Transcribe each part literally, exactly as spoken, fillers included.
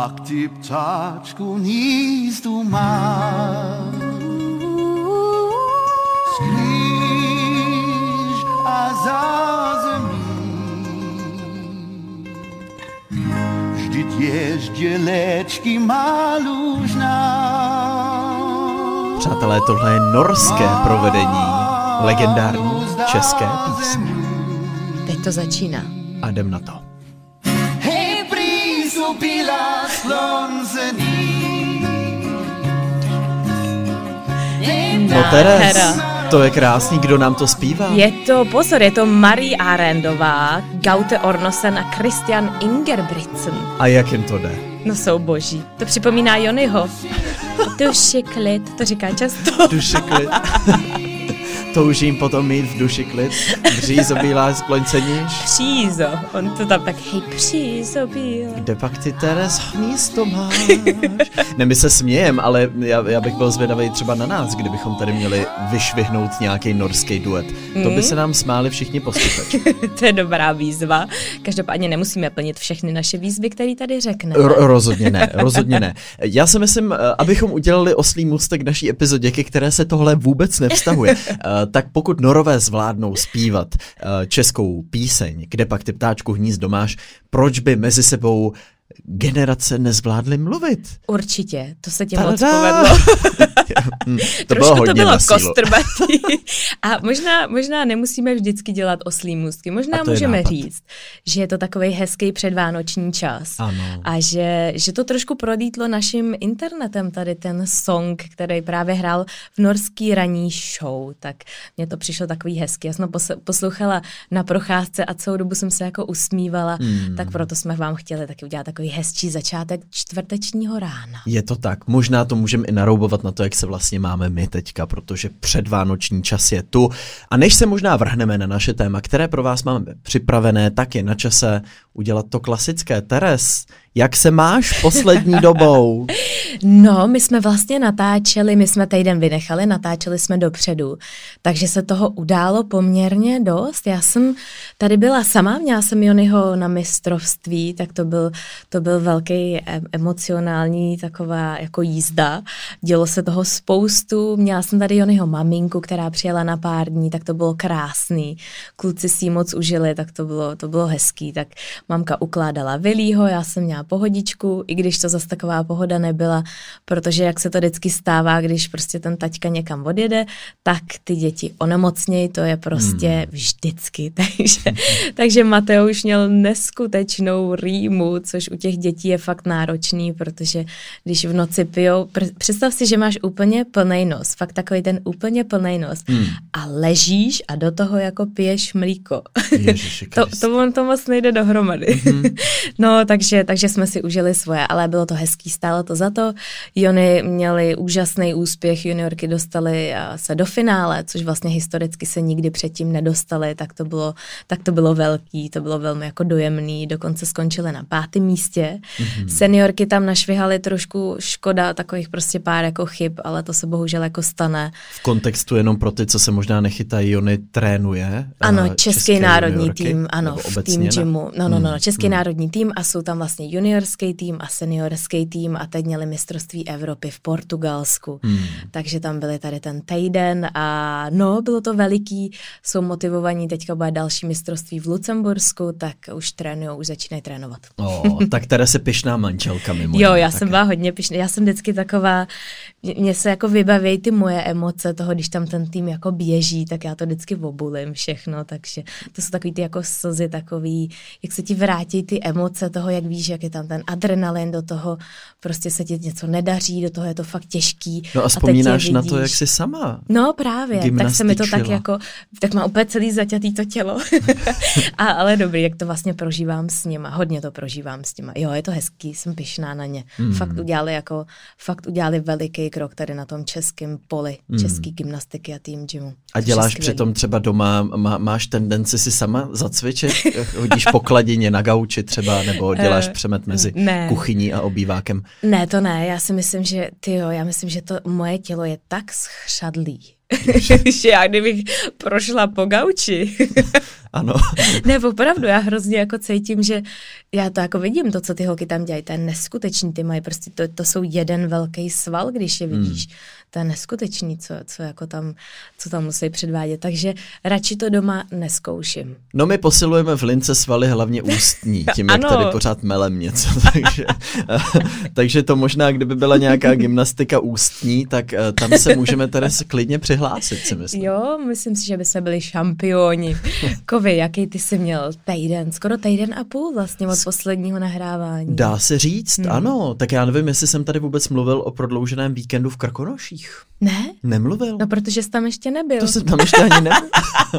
Pak ty ptáčku hnízdu máš. Sklíž a zázemí. Vždyť ježdě léčky malužná. Přátelé, tohle je norské provedení legendární české písně. Teď to začíná. A jdem na to. Hej, prísupila slonzený. No Teres, to je krásný, kdo nám to zpívá? Je to, pozor, je to Marie Arendová, Gaute Ornosen a Christian Ingebrigtsen. A jak jim to jde? No jsou boží. To připomíná Jonyho. Duši klid, to říká často. Duši klid. Toužím potom mít v duši klid. Břízo bílá skloňceníš. Přízo. On to tam tak, hej, přízo bílá. Kde pak ty, Teres, hnízdo máš? Ne, my se smějem, ale já, já bych byl zvědavý třeba na nás, kdybychom tady měli vyšvihnout nějaký norský duet. Mm. To by se nám smáli všichni posluchači. To je dobrá výzva. Každopádně nemusíme plnit všechny naše výzvy, které tady řekneme. Ro- rozhodně ne, rozhodně ne. Já si myslím, abychom udělali oslý můstek naší epizodě, ke které se tohle vůbec nevztahuje. Tak pokud Norové zvládnou zpívat českou píseň, Kde pak ty ptáčku hnízdo máš, proč by mezi sebou generace nezvládly mluvit? Určitě, to se ti Tada! moc povedlo. To bylo hodně to bylo na sílu. kostrbatý. A možná, možná nemusíme vždycky dělat oslí můstky. Možná můžeme nápad. říct, že je to takovej hezký předvánoční čas. Ano. A že, že to trošku prolítlo naším internetem, tady ten song, který právě hrál v norský ranní show. Tak mně to přišlo takový hezký. Já jsem poslouchala na procházce a celou dobu jsem se jako usmívala, hmm. tak proto jsme vám chtěli taky udělat takový hezčí začátek čtvrtečního rána. Je to tak. Možná to můžeme i naroubovat na to, jak se vlastně máme my teďka, protože předvánoční čas je tu. A než se možná vrhneme na naše téma, které pro vás máme připravené, tak je na čase udělat to klasické. Teres, jak se máš poslední dobou? No, my jsme vlastně natáčeli, my jsme týden vynechali, natáčeli jsme dopředu, takže se toho událo poměrně dost. Já jsem tady byla sama, měla jsem Jonyho na mistrovství, tak to byl, to byl velký emocionální taková jako jízda. Dělo se toho spoustu, měla jsem tady Jonyho maminku, která přijela na pár dní, tak to bylo krásný. Kluci si ji moc užili, tak to bylo, to bylo hezký. Tak mamka ukládala Vilího, já jsem měla pohodičku, i když to zase taková pohoda nebyla, protože jak se to vždycky stává, když prostě ten taťka někam odjede, tak ty děti onemocnějí, to je prostě hmm. vždycky. Takže, hmm. takže Mateuš měl neskutečnou rýmu, což u těch dětí je fakt náročný, protože když v noci pijou, představ si, že máš úplně plnej nos, fakt takový ten úplně plnej nos hmm. a ležíš a do toho jako piješ mlíko. to, to, to moc nejde dohromady. Hmm. No, takže, takže jsme si užili svoje, ale bylo to hezký, stálo to za to. Jony měli úžasný úspěch, juniorky dostaly se do finále, což vlastně historicky se nikdy předtím nedostali, tak to bylo, tak to bylo velký, to bylo velmi jako dojemný, dokonce skončily na pátém místě. Mm-hmm. Seniorky tam našvihaly trošku, škoda takových prostě pár jako chyb, ale to se bohužel jako stane. V kontextu jenom pro ty, co se možná nechytají, Jony trénuje. Ano, český národní juniorky, tým, ano, v tým gymu. No, no, no, no, český hmm. národní tým a jsou tam vlastně juniorský tým a seniorský tým a teď měli mistrovství Evropy v Portugalsku. Hmm. Takže tam byli tady ten týden a no, bylo to veliký, jsou motivovaní, teďka bude další mistrovství v Lucembursku, tak už trénujou, už začínají trénovat. Oh, tak teda se pyšná manželka mimo. Jo, já také. Jsem byla hodně pyšná, já jsem vždycky taková, mně se jako vybavějí ty moje emoce toho, když tam ten tým jako běží, tak já to vždycky obulím všechno, takže to jsou takový ty jako slzy, takový, jak se ti vrátí ty emoce toho, jak víš, jak je tam ten adrenalin do toho, prostě se ti něco nedaří, do toho je to fakt těžký. No a vzpomínáš na to, jak jsi sama No právě, tak se mi to tak jako, tak má úplně celý zaťatý to tělo. a, ale dobrý, jak to vlastně prožívám s nima, hodně to prožívám s nima. Jo, je to hezký, jsem pyšná na ně. Hmm. Fakt udělali jako, fakt udělali veliký krok tady na tom českém poli, hmm. český gymnastiky a tým gymu. A děláš přitom třeba doma, má, máš tendenci si sama zacvičit? Hodíš po kladině na gauči třeba, nebo děláš přemet mezi ne. kuchyní a obývákem? Ne, to ne, já si myslím, že tyjo, já myslím, že to moje tělo je tak schřadlý, že já kdybych prošla po gauči Ano. Ne, opravdu, já hrozně jako cítím, že já to jako vidím, to, co ty holky tam dělají, to je neskutečný, ty mají prostě, to, to jsou jeden velký sval, když je vidíš. Hmm. To je neskutečný, co, co jako tam, co tam musí předvádět, takže radši to doma neskouším. No my posilujeme v lince svaly hlavně ústní, tím jak tady pořád melem něco, takže, takže to možná, kdyby byla nějaká gymnastika ústní, tak tam se můžeme tady klidně přihlásit, si myslím. Jo, myslím si, že by jsme byli šampioni. Kovy, jaký ty jsi měl týden, skoro týden a půl vlastně od posledního nahrávání. Dá se říct, hmm. ano, tak já nevím, jestli jsem tady vůbec mluvil o prodlouženém víkendu v Krkonoších. Ne? Nemluvil. No, protože jsi tam ještě nebyl. To jsem tam ještě ani nebyl.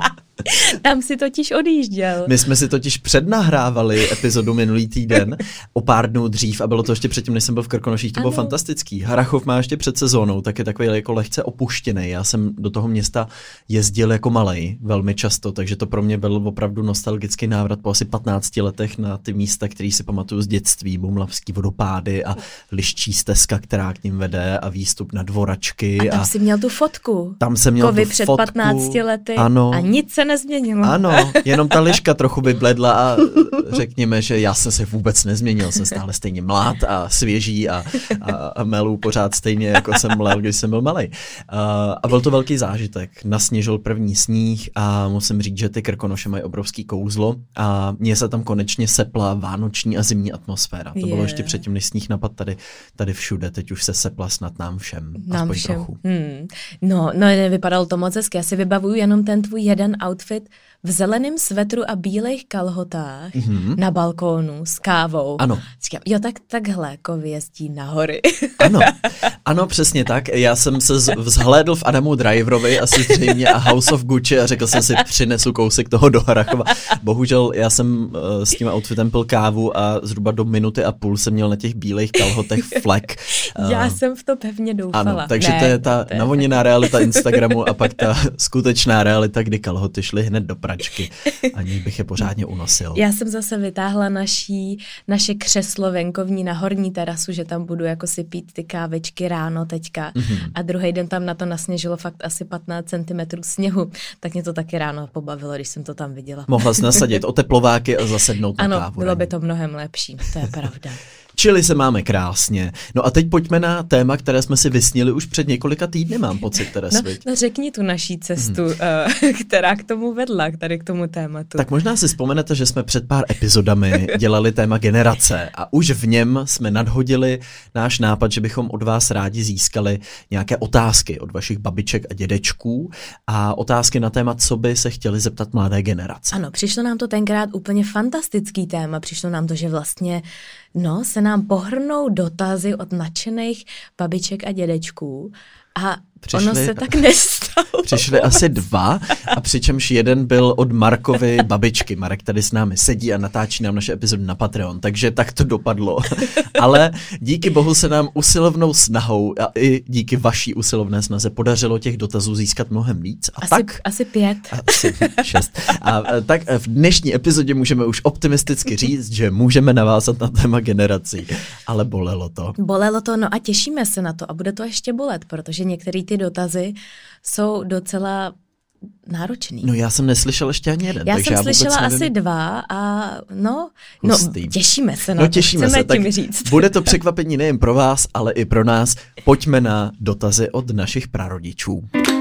Tam si totiž odjížděl. My jsme si totiž přednahrávali epizodu minulý týden o pár dnů dřív a bylo to ještě předtím, než jsem byl v Krkonoších, to ano. Bylo fantastický. Harrachov má ještě před sezónou, tak je takový jako lehce opuštěný. Já jsem do toho města jezdil jako malej velmi často, takže to pro mě byl opravdu nostalgický návrat po asi patnácti letech na ty místa, které si pamatuju z dětství, Boumlavský vodopády a Liščí stezka, která k ním vede a výstup na Dvoračky. A tam a jsi měl tu fotku. Tam jsem měl Kovy tu před fotku. patnácti lety Ano. A nic se nezměnilo. Ano, jenom ta liška trochu vybledla a řekněme, že já jsem se vůbec nezměnil, jsem stále stejně mlád a svěží a, a, a melu pořád stejně, jako jsem mlel, když jsem byl malej. A, a byl to velký zážitek. Nasněžil první sníh a musím říct, že ty Krkonoše mají obrovský kouzlo a mně se tam konečně sepla vánoční a zimní atmosféra. To je. Bylo ještě předtím, než sníh napad tady, tady všude. Teď už se sepla snad nám všem. Nám aspoň všem. trochu. Hmm. No, no, nevypadalo to moc hezky. Já si vybavuju jenom ten tvůj jeden outfit v zeleném svetru a bílejch kalhotách mm-hmm. na balkónu s kávou. Ano. Říkám, jo, tak takhle Kovy jezdí na hory. Ano, ano, přesně tak. Já jsem se z- vzhlédl v Adamu Driverovi asi zřejmě a House of Gucci a řekl jsem si, přinesu kousek toho do Harrachova. Bohužel já jsem uh, s tím outfitem pil kávu a zhruba do minuty a půl jsem měl na těch bílejch kalhotech flek. Uh, já jsem v to pevně doufala. Ano, takže ne, to je ta to je... navoněná realita Instagramu a pak ta skutečná realita, kdy kalhoty šly hned do pračky. Ani bych je pořádně unosil. Já jsem zase vytáhla naší, naše křeslo venkovní na horní terasu, že tam budu jako si pít ty kávečky ráno teďka. Mm-hmm. A druhý den tam na to nasněžilo fakt asi patnáct centimetrů sněhu. Tak mě to taky ráno pobavilo, když jsem to tam viděla. Mohla jsi nasadit oteplováky a zasednout na ano, kávu. Ano, bylo by to mnohem lepší, to je pravda. Čili se máme krásně. No a teď pojďme na téma, které jsme si vysnili už před několika týdny, mám pocit, Teres, no, viď? no řekni tu naší cestu, hmm. uh, která k tomu vedla, tady k tomu tématu. Tak možná si vzpomenete, že jsme před pár epizodami dělali téma generace a už v něm jsme nadhodili náš nápad, že bychom od vás rádi získali nějaké otázky od vašich babiček a dědečků a otázky na téma, co by se chtěli zeptat mladé generace. Ano, přišlo nám to tenkrát úplně fantastický téma, přišlo nám to, že vlastně no, se nám pohrnou dotazy od nadšených babiček a dědečků a přišli, ono se tak nestalo. Přišli asi dva a přičemž jeden byl od Markovy babičky. Marek tady s námi sedí a natáčí nám naše epizody na Patreon, takže tak to dopadlo. Ale díky bohu se nám usilovnou snahou a i díky vaší usilovné snaze podařilo těch dotazů získat mnohem víc. A asi, tak, asi pět. Asi šest. A tak v dnešní epizodě můžeme už optimisticky říct, že můžeme navázat na téma generací. Ale bolelo to. Bolelo to, no a těšíme se na to a bude to ještě bolet, protože některé ty dotazy jsou docela náročný. No já jsem neslyšel ještě ani jeden. Já takže jsem já slyšela nevím. asi dva a no, no těšíme se na no, to, těšíme chceme se, tím tak říct. Bude to překvapení nejen pro vás, ale i pro nás. Pojďme na dotazy od našich prarodičů.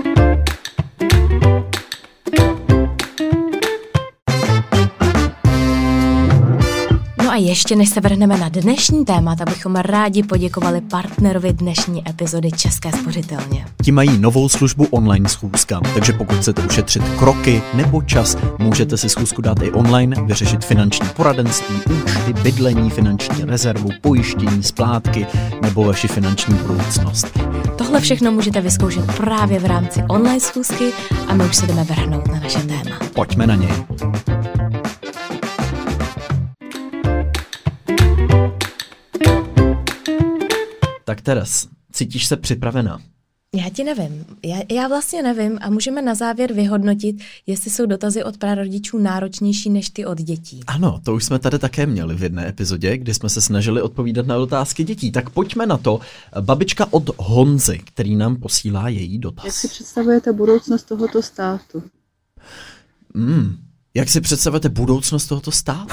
No a ještě než se vrhneme na dnešní téma, tak bychom rádi poděkovali partnerovi dnešní epizody České spořitelně. Ti mají novou službu online schůzka, takže pokud chcete ušetřit kroky nebo čas, můžete si schůzku dát i online, vyřešit finanční poradenství, účty, bydlení, finanční rezervu, pojištění, splátky nebo vaši finanční budoucnost. Tohle všechno můžete vyzkoušet právě v rámci online schůzky a my už se jdeme vrhnout na naše téma. Pojďme na něj. Tak Teres, cítíš se připravená? Já ti nevím. Já, já vlastně nevím a můžeme na závěr vyhodnotit, jestli jsou dotazy od prarodičů náročnější než ty od dětí. Ano, to už jsme tady také měli v jedné epizodě, kdy jsme se snažili odpovídat na otázky dětí. Tak pojďme na to. Babička od Honzy, který nám posílá její dotaz. Jak si představujete budoucnost tohoto státu? Hmm. Jak si představujete budoucnost tohoto státu?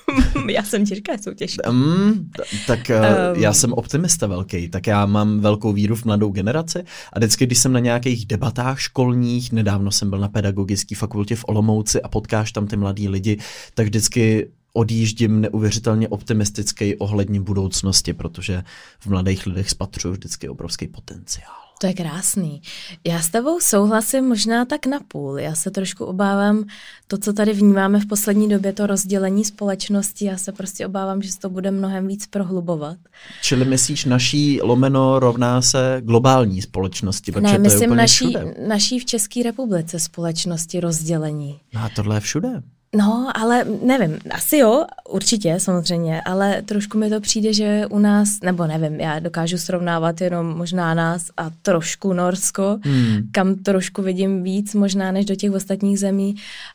Já jsem těžká, jsou těžké. Um, tak uh, um. já jsem optimista velký, tak já mám velkou víru v mladou generaci a vždycky, když jsem na nějakých debatách školních, nedávno jsem byl na pedagogické fakultě v Olomouci a potkáš tam ty mladý lidi, tak vždycky odjíždím neuvěřitelně optimistický ohledně budoucnosti, protože v mladých lidech spatřuju vždycky obrovský potenciál. To je krásný. Já s tebou souhlasím možná tak napůl. Já se trošku obávám to, co tady vnímáme v poslední době, to rozdělení společnosti. Já se prostě obávám, že se to bude mnohem víc prohlubovat. Čili myslíš naší lomeno rovná se globální společnosti? Ne, to je myslím naší, všude. naší v České republice společnosti rozdělení. No a tohle je všude. No, ale nevím, asi jo, určitě, samozřejmě, ale trošku mi to přijde, že u nás, nebo nevím, já dokážu srovnávat jenom možná nás a trošku Norsko, hmm. kam trošku vidím víc možná než do těch ostatních zemí,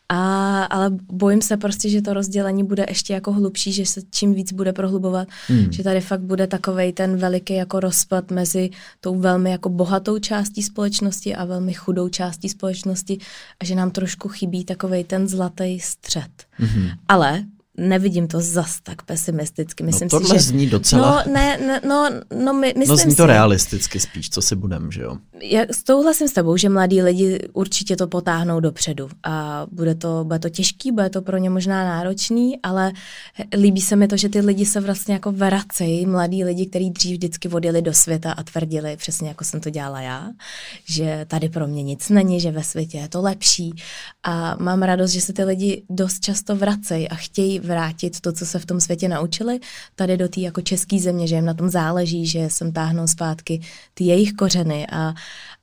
a, ale bojím se prostě, že to rozdělení bude ještě jako hlubší, že se čím víc bude prohlubovat, hmm. že tady fakt bude takovej ten veliký jako rozpad mezi tou velmi jako bohatou částí společnosti a velmi chudou částí společnosti a že nám trošku chybí takovej ten zlatý střed. Mm-hmm. Ale nevidím to zas tak pesimisticky. Myslím no tohle si, že... zní docela... No, ne, ne, no, no my, myslím no zní to si... realisticky spíš, co si budem, že jo? Já souhlasím s tebou, že mladí lidi určitě to potáhnou dopředu a bude to, bude to těžký, bude to pro ně možná náročný, ale líbí se mi to, že ty lidi se vlastně jako vracejí, mladí lidi, kteří dřív vždycky odjeli do světa a tvrdili, přesně jako jsem to dělala já, že tady pro mě nic není, že ve světě je to lepší a mám radost, že se ty lidi dost často vracejí a chtějí vrátit to, co se v tom světě naučili, tady do té jako české země, že jim na tom záleží, že sem táhnou zpátky ty jejich kořeny a,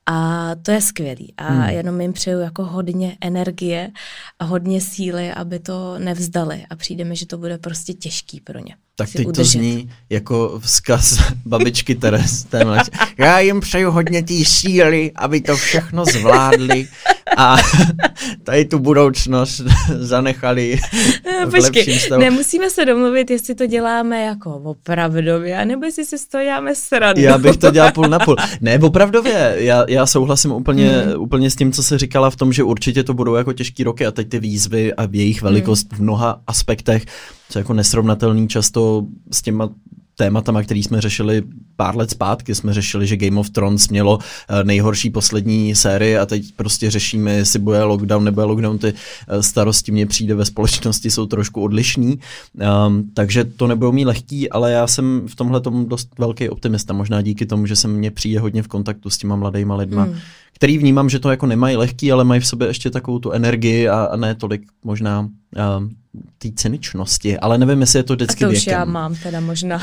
a to je skvělý. A hmm. jenom jim přeju jako hodně energie a hodně síly, aby to nevzdali a přijde mi, že to bude prostě těžký pro ně. Tak teď udržet. To zní jako vzkaz babičky Teres. Já jim přeju hodně té síly, aby to všechno zvládli a tady tu budoucnost zanechali v Počkej, lepším stavu. Nemusíme se domluvit, jestli to děláme jako opravdově, nebo jestli si z toho děláme srandu. Já bych to dělal půl na půl. Ne, opravdově. Já, já souhlasím úplně, hmm. úplně s tím, co jsi říkala v tom, že určitě to budou jako těžký roky a teď ty výzvy a jejich velikost hmm. v mnoha aspektech co jako nesrovnatelný často s těma tématama, který jsme řešili pár let zpátky. Jsme řešili, že Game of Thrones mělo nejhorší poslední sérii a teď prostě řešíme, jestli bude lockdown nebo lockdown. Ty starosti mně přijde ve společnosti jsou trošku odlišný, um, takže to nebudou mít lehký, ale já jsem v tomhle tomu dost velký optimista. Možná díky tomu, že se mně přijde hodně v kontaktu s těma mladejma lidma, hmm. který vnímám, že to jako nemají lehký, ale mají v sobě ještě takovou tu energii a, a ne tolik možná um, té cyničnosti, ale nevím, jestli je to vždycky věkem. A to už věkem. Já mám teda možná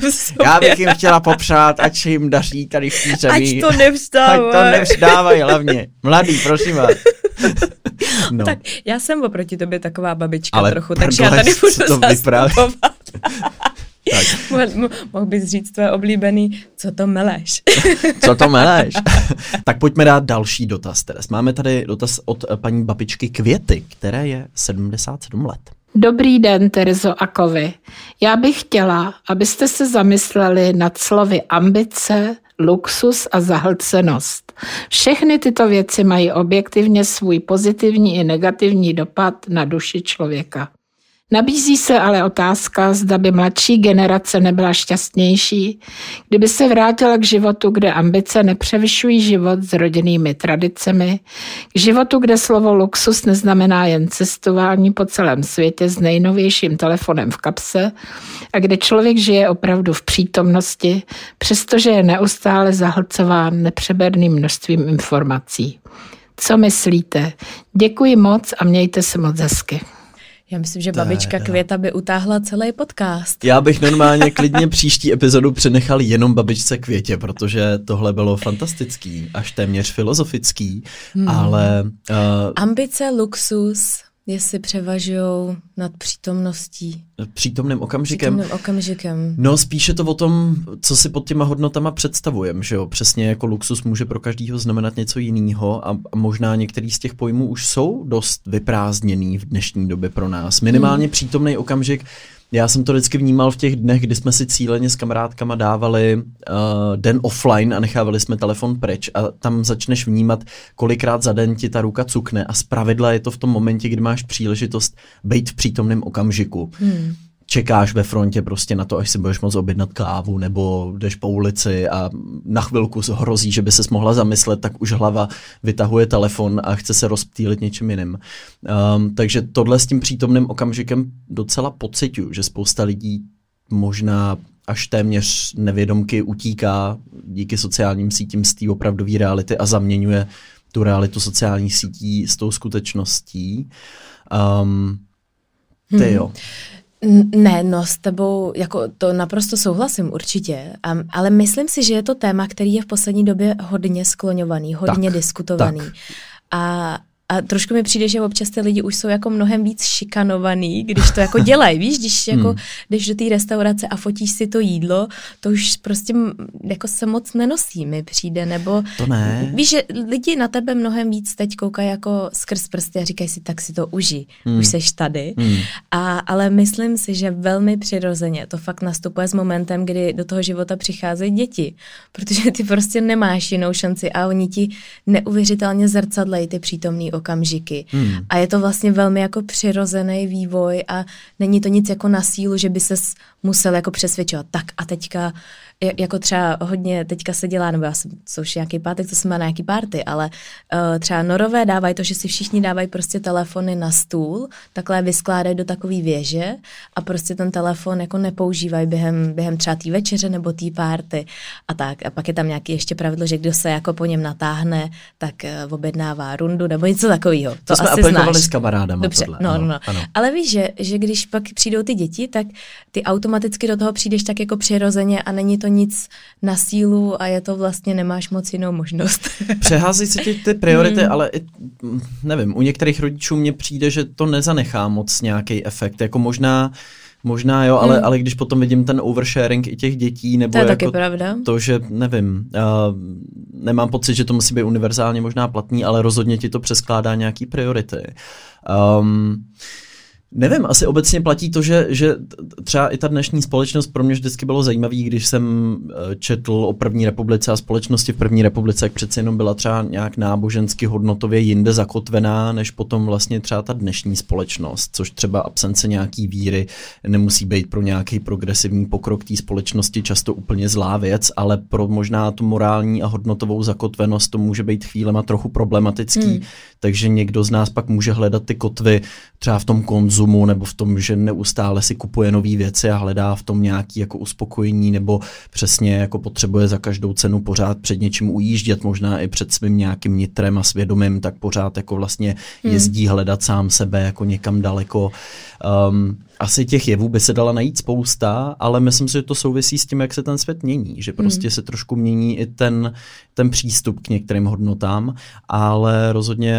Já bych jim chtěla popřát, ať se jim daří tady v té zemi. Ať to nevzdávají. Ať to nevzdávají hlavně. Mladý, prosím vás. No. Tak já jsem oproti tobě taková babička ale trochu, takže já tady budu zastupovat. Mohl, mohl bys říct tvé oblíbený, co to meleš? Co to meleš? Tak pojďme dát další dotaz. Teres. Máme tady dotaz od paní babičky Květy, které je sedmdesát sedm let. Dobrý den, Terezo a Kovy. Já bych chtěla, abyste se zamysleli nad slovy ambice, luxus a zahlcenost. Všechny tyto věci mají objektivně svůj pozitivní i negativní dopad na duši člověka. Nabízí se ale otázka, zda by mladší generace nebyla šťastnější, kdyby se vrátila k životu, kde ambice nepřevyšují život s rodinnými tradicemi, k životu, kde slovo luxus neznamená jen cestování po celém světě s nejnovějším telefonem v kapse a kde člověk žije opravdu v přítomnosti, přestože je neustále zahlcován nepřeberným množstvím informací. Co myslíte? Děkuji moc a mějte se moc hezky. Já myslím, že babička Květa by utáhla celý podcast. Já bych normálně klidně příští epizodu přenechal jenom babičce Květě, protože tohle bylo fantastický, až téměř filozofický, hmm. ale... Uh, Ambice, luxus, jestli převažujou nad přítomností. Přítomným okamžikem. Přítomným okamžikem. No spíše to o tom, co si pod těma hodnotama představujeme, že jo. Přesně jako luxus může pro každýho znamenat něco jiného a, a možná některý z těch pojmů už jsou dost vyprázdněný v dnešní době pro nás. Minimálně hmm. přítomný okamžik Já jsem to vždycky vnímal v těch dnech, kdy jsme si cíleně s kamarádkama dávali uh, den offline a nechávali jsme telefon pryč a tam začneš vnímat, kolikrát za den ti ta ruka cukne a zpravidla je to v tom momentě, kdy máš příležitost být v přítomném okamžiku. Hmm. Čekáš ve frontě prostě na to, až si budeš moct objednat kávu, nebo jdeš po ulici a na chvilku hrozí, že by ses mohla zamyslet, tak už hlava vytahuje telefon a chce se rozptýlit něčím jiným. Um, takže tohle s tím přítomným okamžikem docela pociťuju, že spousta lidí možná až téměř nevědomky utíká díky sociálním sítím z té opravdové reality a zaměňuje tu realitu sociálních sítí s tou skutečností. Um, ty jo. Ne, no s tebou, jako to naprosto souhlasím určitě, a, ale myslím si, že je to téma, který je v poslední době hodně skloňovaný, hodně tak, diskutovaný. Tak. A A trošku mi přijde, že občas ty lidi už jsou jako mnohem víc šikanovaný, když to jako dělají, víš, když jako hmm. jdeš do té restaurace a fotíš si to jídlo, to už prostě jako se moc nenosí, mi přijde, nebo to ne. Víš, že lidi na tebe mnohem víc teď koukají jako skrz prsty a říkají si, tak si to uži, hmm. už seš tady. Hmm. A, ale myslím si, že velmi přirozeně to fakt nastupuje s momentem, kdy do toho života přicházejí děti, protože ty prostě nemáš jinou šanci a oni ti neuvěřitelně zrcadlejí ty přítomný okamžiky. Hmm. A je to vlastně velmi jako přirozený vývoj a není to nic jako na sílu, že by ses musel jako přesvědčovat. Tak a teďka, jako třeba hodně teďka se dělá, nebo já jsem, co už nějaký pátek, to jsem má nějaký party, ale uh, třeba Norové dávají to, že si všichni dávají prostě telefony na stůl, takhle vyskládají do takové věže a prostě ten telefon jako nepoužívají během, během třeba té večeře nebo té party a tak. A pak je tam nějaký ještě pravidlo, že kdo se jako po něm natáhne, tak uh, objednává rundu nebo něco takového. To, to jsme asi aplikovali znáš. S kamarádama. Dobře, tohle. no, ano, no. Ano. Ale víš, že, že když pak přijdou ty děti, tak ty automaticky do toho přijdeš tak jako přirozeně a není to nic na sílu a je to vlastně, nemáš moc jinou možnost. Přehází se ti ty priority, hmm. ale i, nevím, u některých rodičů mně přijde, že to nezanechá moc nějaký efekt, jako možná Možná jo, ale, hmm. ale když potom vidím ten oversharing i těch dětí, nebo to, je jako taky pravda. to, že nevím, uh, nemám pocit, že to musí být univerzálně možná platný, ale rozhodně ti to přeskládá nějaký priority. Um, Nevím, asi obecně platí to, že, že třeba i ta dnešní společnost pro mě vždycky bylo zajímavý, když jsem četl o první republice a společnosti v první republice, jak přece jenom byla třeba nějak nábožensky hodnotově jinde zakotvená, než potom vlastně třeba ta dnešní společnost, což třeba absence nějaký víry nemusí být pro nějaký progresivní pokrok té společnosti často úplně zlá věc, ale pro možná tu morální a hodnotovou zakotvenost to může být chvílema trochu problematický, hmm. takže někdo z nás pak může hledat ty kotvy třeba v tom konzumu, nebo v tom, že neustále si kupuje nový věci a hledá v tom nějaký jako uspokojení, nebo přesně jako potřebuje za každou cenu pořád před něčím ujíždět, možná i před svým nějakým nitrem a svědomím, tak pořád jako vlastně jezdí hledat sám sebe jako někam daleko. Um, asi těch jevů by se dala najít spousta, ale myslím si, že to souvisí s tím, jak se ten svět mění, že prostě se trošku mění i ten, ten přístup k některým hodnotám, ale rozhodně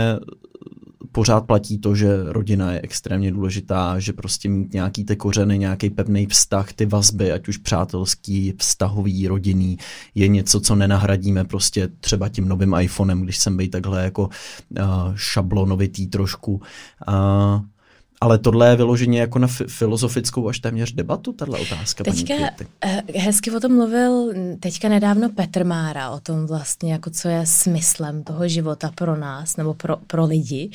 pořád platí to, že rodina je extrémně důležitá, že prostě mít nějaký ty kořeny, nějaký pevný vztah, ty vazby, ať už přátelský, vztahový, rodinný, je něco, co nenahradíme prostě třeba tím novým iPhonem, když jsem byl takhle jako uh, šablonovitý trošku. Uh, Ale tohle je vyloženě jako na f- filozofickou až téměř debatu, tahle otázka. Teďka hezky o tom mluvil teďka nedávno Petr Mára, o tom vlastně, jako co je smyslem toho života pro nás nebo pro, pro lidi.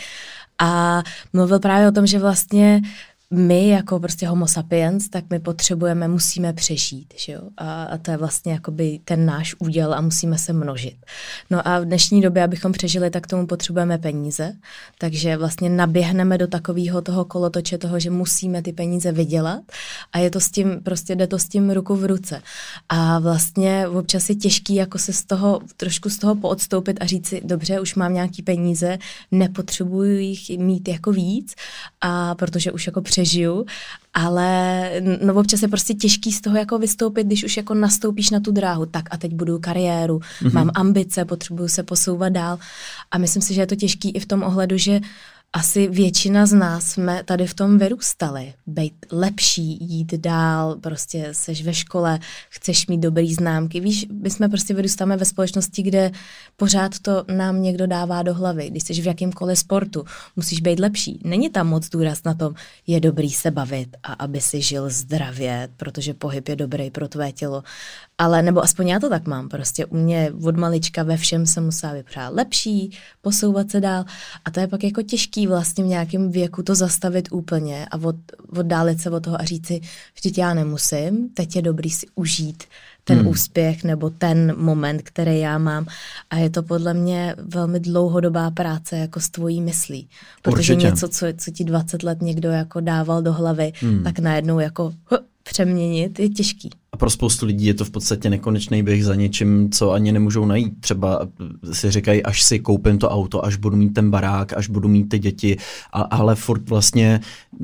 A mluvil právě o tom, že vlastně my jako prostě homo sapiens, tak my potřebujeme, musíme přežít, že jo? A, a to je vlastně jakoby ten náš úděl a musíme se množit. No a v dnešní době, abychom přežili, tak tomu potřebujeme peníze, takže vlastně naběhneme do takového toho kolotoče toho, že musíme ty peníze vydělat a je to s tím, prostě jde to s tím ruku v ruce. A vlastně občas je těžký jako se z toho, trošku z toho poodstoupit a říct si, dobře, už mám nějaký peníze, nepotřebuji jich mít jako víc, a protože už jako přežiju, ale no občas je prostě těžký z toho jako vystoupit, když už jako nastoupíš na tu dráhu, tak a teď budu kariéru, mm-hmm. mám ambice, potřebuju se posouvat dál a myslím si, že je to těžký i v tom ohledu, že asi většina z nás jsme tady v tom vyrůstali. Být lepší, jít dál, prostě seš ve škole, chceš mít dobrý známky. Víš, my jsme prostě vyrůstáme ve společnosti, kde pořád to nám někdo dává do hlavy. Když jsi v jakýmkoliv sportu, musíš být lepší. Není tam moc důraz na tom, je dobrý se bavit a aby si žil zdravě, protože pohyb je dobrý pro tvé tělo. Ale nebo aspoň já to tak mám. Prostě u mě od malička ve všem se musela vypadat lepší, posouvat se dál. A to je pak jako těžký vlastně v nějakém věku to zastavit úplně a od, oddálit se od toho a říct si, vždyť já nemusím, teď je dobrý si užít ten hmm. úspěch nebo ten moment, který já mám. A je to podle mě velmi dlouhodobá práce jako s tvojí myslí. Protože Určitě. něco, co, co ti dvacet let někdo jako dával do hlavy, hmm. tak najednou jako huh, přeměnit je těžký. A pro spoustu lidí je to v podstatě nekonečný běh za něčím, co ani nemůžou najít. Třeba si říkají, až si koupím to auto, až budu mít ten barák, až budu mít ty děti, a, ale furt vlastně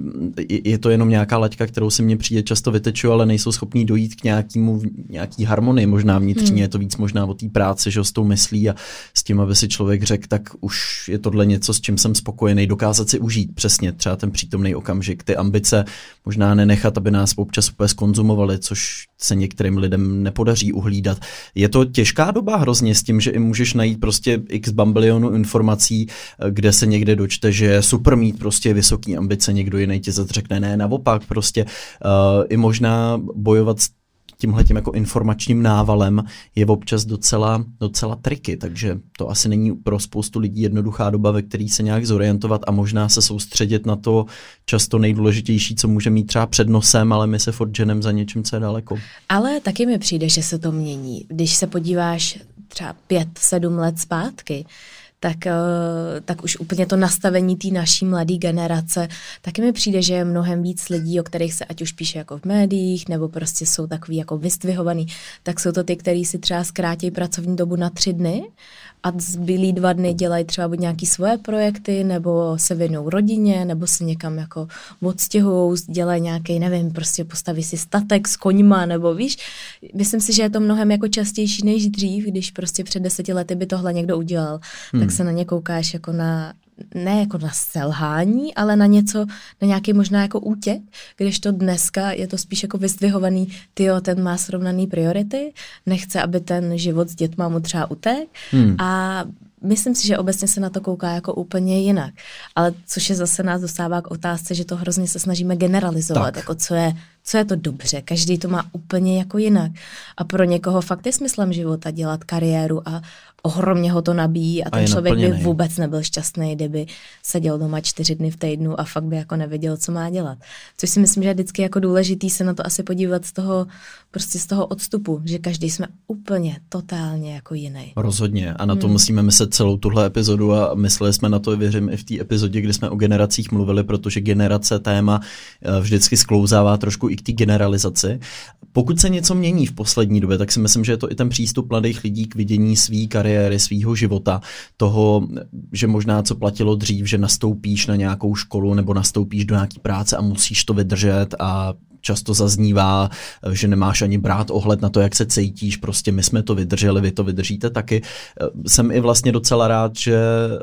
je to jenom nějaká laťka, kterou si mně přijde často vyteču, ale nejsou schopní dojít k nějakému, nějaký harmonii, možná vnitřně, hmm. je to víc možná o té práci, že s tou myslí a s tím, aby si člověk řekl, tak už je tohle něco, s čím jsem spokojený, dokázat si užít přesně třeba ten přítomný okamžik, ty ambice možná nenechat, aby nás občas úplně zkonzumovali, což se některým lidem nepodaří uhlídat. Je to těžká doba hrozně s tím, že i můžeš najít prostě x bambilionu informací, kde se někde dočte, že je super mít prostě vysoký ambice, někdo jiný ti zase řekne ne, naopak prostě uh, i možná bojovat s tímhletím jako informačním návalem je občas docela, docela triky, takže to asi není pro spoustu lidí jednoduchá doba, ve který se nějak zorientovat a možná se soustředit na to často nejdůležitější, co může mít třeba před nosem, ale my se furt ženem za něčím, co je daleko. Ale taky mi přijde, že se to mění. Když se podíváš třeba pět, sedm let zpátky, tak, tak už úplně to nastavení té naší mladé generace, taky mi přijde, že je mnohem víc lidí, o kterých se ať už píše jako v médiích, nebo prostě jsou takový jako vystvihovaný, tak jsou to ty, kteří si třeba zkrátí pracovní dobu na tři dny a zbylý dva dny dělají třeba buď nějaký svoje projekty, nebo se věnují rodině, nebo se někam jako odstěhují, dělají nějaký, nevím, prostě postaví si statek s koňma, nebo víš, myslím si, že je to mnohem jako častější než dřív, když prostě před deseti lety by tohle někdo udělal, hmm. tak se na ně koukáš jako na, ne jako na selhání, ale na něco, na nějaký možná jako útěk, kdežto dneska je to spíš jako vyzdvihovaný, tyjo, ten má srovnaný priority, nechce, aby ten život s dětma mu třeba utek hmm. a myslím si, že obecně se na to kouká jako úplně jinak. Ale což je zase nás dostává k otázce, že to hrozně se snažíme generalizovat, tak. jako co je, co je to dobře. Každý to má úplně jako jinak. A pro někoho fakt je smyslem života dělat kariéru a ohromně ho to nabíjí a ten a člověk by vůbec nebyl šťastný, kdyby seděl doma čtyři dny v týdnu a fakt by jako nevěděl, co má dělat. Což si myslím, že je vždycky jako důležitý se na to asi podívat z toho, prostě z toho odstupu, že každý jsme úplně totálně jako jiný. Rozhodně a na to hmm. musíme myslet celou tuhle epizodu a mysleli jsme na to, věřím, i v té epizodě, kdy jsme o generacích mluvili, protože generace téma vždycky sklouzává trošku i k té generalizaci. Pokud se něco mění v poslední době, tak si myslím, že je to i ten přístup mladých lidí k vidění svý kariéry, svýho života, toho, že možná co platilo dřív, že nastoupíš na nějakou školu nebo nastoupíš do nějaký práce a musíš to vydržet a často zaznívá, že nemáš ani brát ohled na to, jak se cítíš, prostě my jsme to vydrželi, vy to vydržíte taky. Jsem i vlastně docela rád, že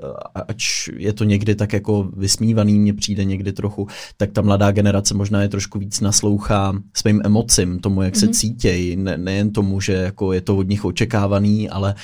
ač je to někdy tak jako vysmívaný, mně přijde někdy trochu, tak ta mladá generace možná je trošku víc naslouchá svým emocím, tomu, jak mm-hmm. se cítějí, ne, nejen tomu, že jako je to od nich očekávaný, ale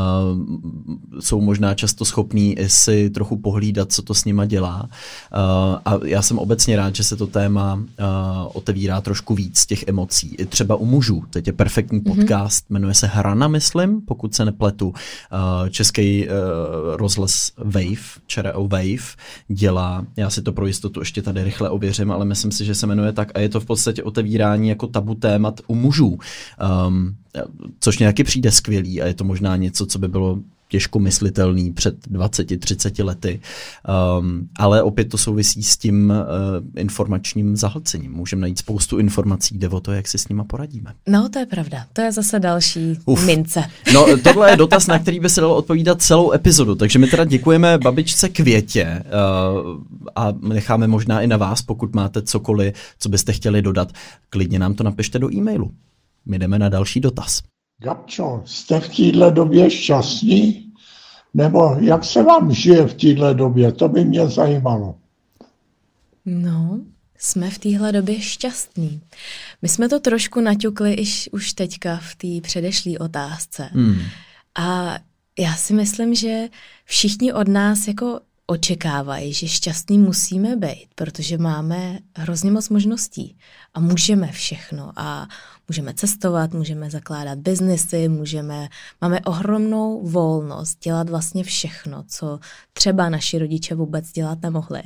uh, jsou možná často schopní i si trochu pohlídat, co to s nima dělá. Uh, a já jsem obecně rád, že se to téma uh, otevírá trošku víc těch emocí. I třeba u mužů. Teď je perfektní podcast, mm-hmm. jmenuje se Hrana, myslím, pokud se nepletu. Český uh, rozhlas Wave, ČRO Wave, dělá, já si to pro jistotu ještě tady rychle ověřím, ale myslím si, že se jmenuje tak a je to v podstatě otevírání jako tabu témat u mužů. Um, což nějaký přijde skvělý a je to možná něco, co by bylo těžko myslitelný před dvaceti třiceti lety. Um, ale opět to souvisí s tím uh, informačním zahlcením. Můžeme najít spoustu informací, jde o to, jak si s nima poradíme. No, to je pravda. To je zase další Uf. mince. No, tohle je dotaz, na který by se dalo odpovídat celou epizodu, takže my teda děkujeme babičce Květě uh, a necháme možná i na vás, pokud máte cokoliv, co byste chtěli dodat, klidně nám to napište do e-mailu. My jdeme na další dotaz. Gabčo, jste v téhle době šťastní? Nebo jak se vám žije v téhle době? To by mě zajímalo. No, jsme v téhle době šťastní. My jsme to trošku naťukli iž už teďka v té předešlé otázce. Hmm. A já si myslím, že všichni od nás jako očekávají, že šťastní musíme být, protože máme hrozně moc možností a můžeme všechno a můžeme cestovat, můžeme zakládat biznesy, můžeme, máme ohromnou volnost dělat vlastně všechno, co třeba naši rodiče vůbec dělat nemohli.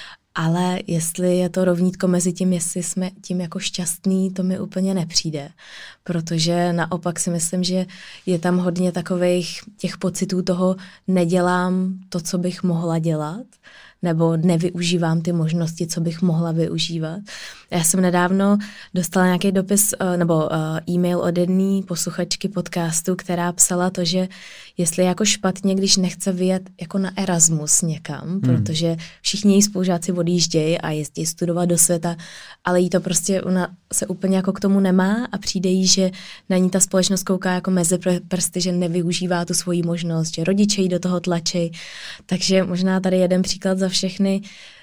Ale jestli je to rovnítko mezi tím, jestli jsme tím jako šťastný, to mi úplně nepřijde. Protože naopak si myslím, že je tam hodně takových těch pocitů toho, nedělám to, co bych mohla dělat, nebo nevyužívám ty možnosti, co bych mohla využívat. Já jsem nedávno dostala nějaký dopis nebo e-mail od jedné posluchačky podcastu, která psala to, že jestli je jako špatně, když nechce vyjet jako na Erasmus někam, hmm. protože všichni její spolužáci odjíždějí a jezdí studovat do světa, ale jí to prostě, ona se úplně jako k tomu nemá a přijde jí, že na ní ta společnost kouká jako mezi prsty, že nevyužívá tu svoji možnost, že rodiče jí do toho tlačí. Takže možná tady jeden příklad za všechny.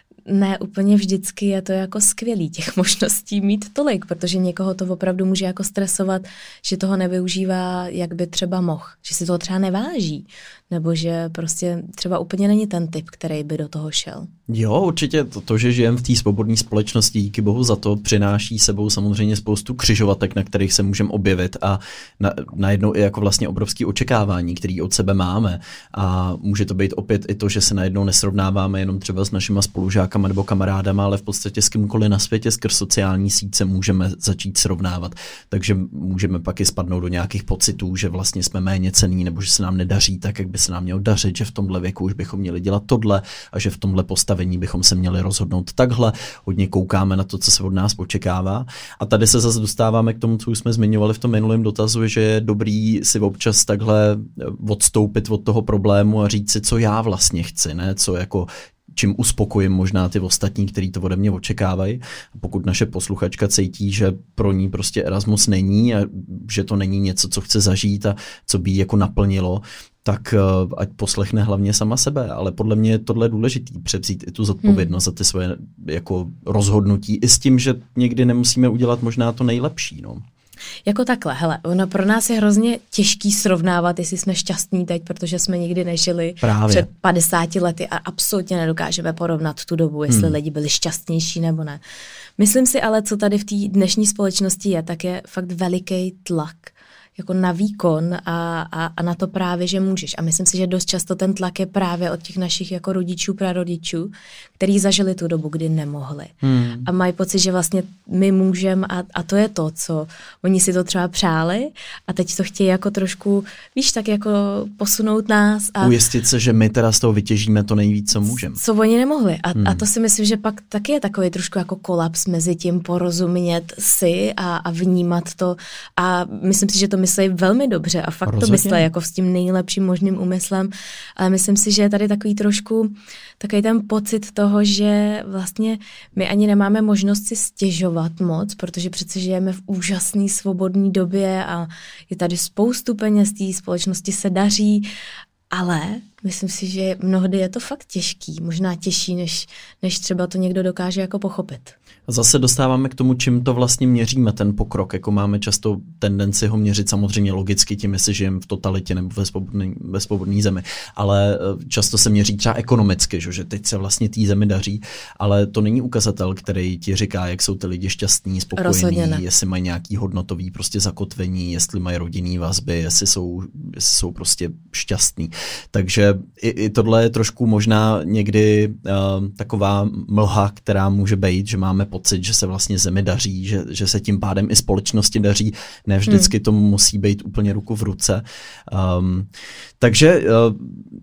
Ne úplně vždycky je to jako skvělý těch možností mít tolik, protože někoho to opravdu může jako stresovat, že toho nevyužívá, jak by třeba mohl, že si toho třeba neváží, nebo že prostě třeba úplně není ten typ, který by do toho šel. Jo, určitě to, to že žijeme v té svobodné společnosti, díky bohu za to, přináší sebou samozřejmě spoustu křižovatek, na kterých se můžeme objevit a na, najednou i jako vlastně obrovské očekávání, které od sebe máme, a může to být opět i to, že se najednou nesrovnáváme jenom třeba s našima spolužákama nebo kamarádama, ale v podstatě s kýmkoliv na světě skrz sociální sítě můžeme začít srovnávat. Takže můžeme pak i spadnout do nějakých pocitů, že vlastně jsme méně cenní nebo že se nám nedaří tak, jak by se nám mělo dařit, že v tomhle věku už bychom měli dělat tohle a že v tomhle postavení bychom se měli rozhodnout takhle. Hodně koukáme na to, co se od nás očekává. A tady se zase dostáváme k tomu, co už jsme zmiňovali v tom minulém dotazu, že je dobrý si občas takhle odstoupit od toho problému a říct si, co já vlastně chci, ne? Co jako čím uspokojím možná ty ostatní, kteří to ode mě očekávají. Pokud naše posluchačka cítí, že pro ní prostě Erasmus není a že to není něco, co chce zažít a co by jí jako naplnilo, tak ať poslechne hlavně sama sebe. Ale podle mě je tohle důležitý, převzít i tu zodpovědnost hmm. za ty svoje jako rozhodnutí i s tím, že někdy nemusíme udělat možná to nejlepší. No. Jako takhle, hele, ono pro nás je hrozně těžký srovnávat, jestli jsme šťastní teď, protože jsme nikdy nežili Právě. před padesáti lety a absolutně nedokážeme porovnat tu dobu, jestli hmm. lidi byli šťastnější nebo ne. Myslím si ale, co tady v té dnešní společnosti je, tak je fakt veliký tlak jako na výkon a, a, a na to právě, že můžeš. A myslím si, že dost často ten tlak je právě od těch našich jako rodičů, prarodičů, který zažili tu dobu, kdy nemohli. Hmm. A mají pocit, že vlastně my můžeme a, a to je to, co oni si to třeba přáli a teď to chtějí jako trošku, víš, tak jako posunout nás. A ujistit se, že my teda z toho vytěžíme to nejvíc, co můžeme. Co oni nemohli. A, hmm. a to si myslím, že pak taky je takový trošku jako kolaps mezi tím porozumět si a, a vnímat to. A myslím si, že to myslí velmi dobře a fakt Rozhodně. to myslí jako s tím nejlepším možným úmyslem, ale myslím si, že je tady takový trošku takový ten pocit toho, že vlastně my ani nemáme možnost si stěžovat moc, protože přece žijeme v úžasné svobodné době a je tady spoustu peněz, té společnosti se daří, ale myslím si, že mnohdy je to fakt těžký, možná těžší, než, než třeba to někdo dokáže jako pochopit. Zase dostáváme k tomu, čím to vlastně měříme, ten pokrok. Jako máme často tendenci ho měřit samozřejmě logicky tím, jestli žijeme v totalitě nebo ve svobodné, ve svobodné zemi. Ale často se měří třeba ekonomicky, že teď se vlastně té zemi daří, ale to není ukazatel, který ti říká, jak jsou ty lidi šťastní, spokojení, jestli mají nějaký hodnotový prostě zakotvení, jestli mají rodinný vazby, jestli jsou, jestli jsou prostě šťastní. Takže i, i tohle je trošku možná někdy uh, taková mlha, která může být, že máme pocit, že se vlastně zemi daří, že, že se tím pádem i společnosti daří. Ne vždycky hmm. to musí být úplně ruku v ruce. Um, takže uh,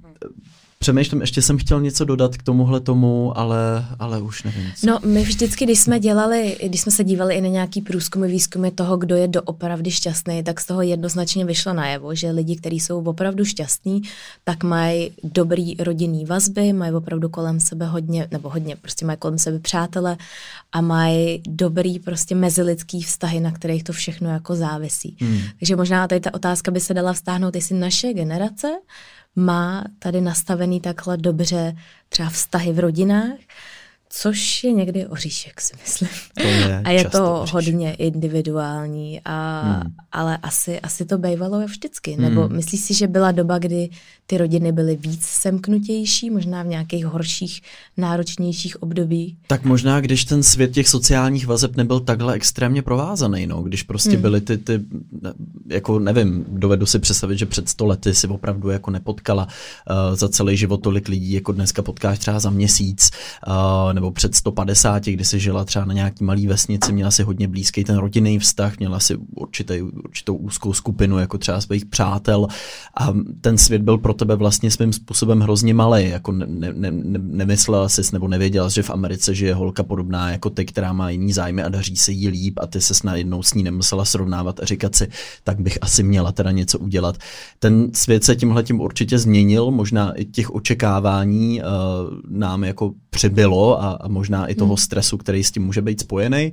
přemýšlím, ještě jsem chtěl něco dodat k tomuhle tomu, ale, ale už nevím. Co. No, my vždycky, když jsme dělali, když jsme se dívali i na nějaký průzkumy, výzkumy toho, kdo je doopravdy šťastný, tak z toho jednoznačně vyšlo najevo, že lidi, kteří jsou opravdu šťastní, tak mají dobrý rodinný vazby, mají opravdu kolem sebe hodně, nebo hodně, prostě mají kolem sebe přátele a mají dobrý prostě mezilidský vztahy, na kterých to všechno jako závisí. Hmm. Takže možná tady ta otázka by se dala vztáhnout, jestli naše generace má tady nastavený takhle dobře třeba vztahy v rodinách, což je někdy oříšek, si myslím. To je a je to oříšek. hodně individuální, a, hmm. ale asi, asi to bývalo vždycky. Hmm. Nebo myslíš si, že byla doba, kdy ty rodiny byly víc semknutější, možná v nějakých horších, náročnějších období? Tak možná, když ten svět těch sociálních vazeb nebyl takhle extrémně provázaný, no, když prostě hmm. byly ty, ty, jako nevím, dovedu si představit, že před sto lety si opravdu jako nepotkala uh, za celý život tolik lidí, jako dneska potkáš třeba za měsíc, uh, nebo před sto padesáti, kdy si žila třeba na nějaký malý vesnici, měla si hodně blízký ten rodinný vztah, měla si určitý, určitou úzkou skupinu, jako třeba svých přátel, a ten svět byl pro tebe vlastně svým způsobem hrozně malej, jako ne, ne, ne, nemyslela jsi nebo nevěděla, že v Americe žije holka podobná jako ty, která má jiný zájmy a daří se jí líp, a ty ses najednou s ní nemusela srovnávat a říkat si, tak bych asi měla teda něco udělat. Ten svět se tímhletím určitě změnil, možná i těch očekávání uh, nám jako přibylo a, a možná i toho hmm. stresu, který s tím může být spojený,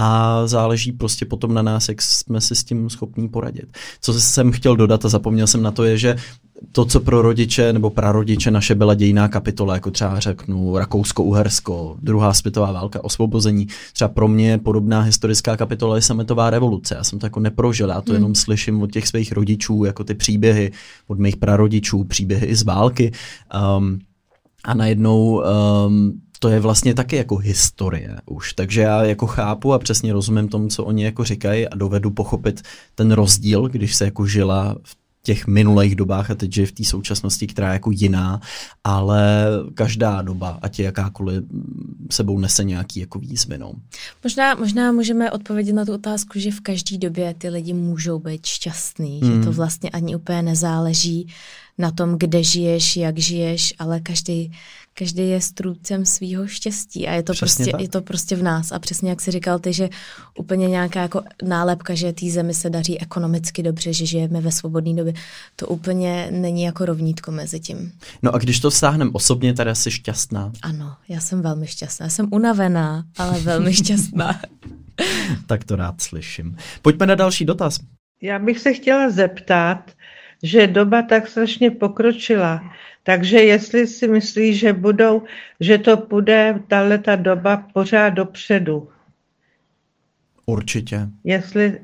a záleží prostě potom na nás, jak jsme si s tím schopní poradit. Co jsem chtěl dodat a zapomněl jsem na to, je, že to, co pro rodiče nebo prarodiče naše byla dějinná kapitola, jako třeba řeknu Rakousko-Uhersko, druhá světová válka, osvobození, třeba pro mě podobná historická kapitola je sametová revoluce. Já jsem to jako neprožil, já to hmm. jenom slyším od těch svých rodičů, jako ty příběhy, od mých prarodičů, příběhy i z války. Um, a najednou um, to je vlastně taky jako historie už, takže já jako chápu a přesně rozumím tomu, co oni jako říkají, a dovedu pochopit ten rozdíl, když se jako žila v těch minulých dobách a teď žije v té současnosti, která je jako jiná, ale každá doba, ať je jakákoliv, sebou nese nějaký jako výzvy. No. Možná, možná můžeme odpovědět na tu otázku, že v každé době ty lidi můžou být šťastný, hmm. že to vlastně ani úplně nezáleží na tom, kde žiješ, jak žiješ, ale každý, každý je strůdcem svýho štěstí a je to, prostě, je to prostě v nás. A přesně jak jsi říkal ty, že úplně nějaká jako nálepka, že té zemi se daří ekonomicky dobře, že žijeme ve svobodné době, to úplně není jako rovnítko mezi tím. No a když to vztáhneme osobně, teda jsi šťastná? Ano, já jsem velmi šťastná. Já jsem unavená, ale velmi šťastná. Tak to rád slyším. Pojďme na další dotaz. Já bych se chtěla zeptat, že doba tak strašně pokročila, takže jestli si myslí, že budou, že to půjde tahleta doba pořád dopředu. Určitě. Jestli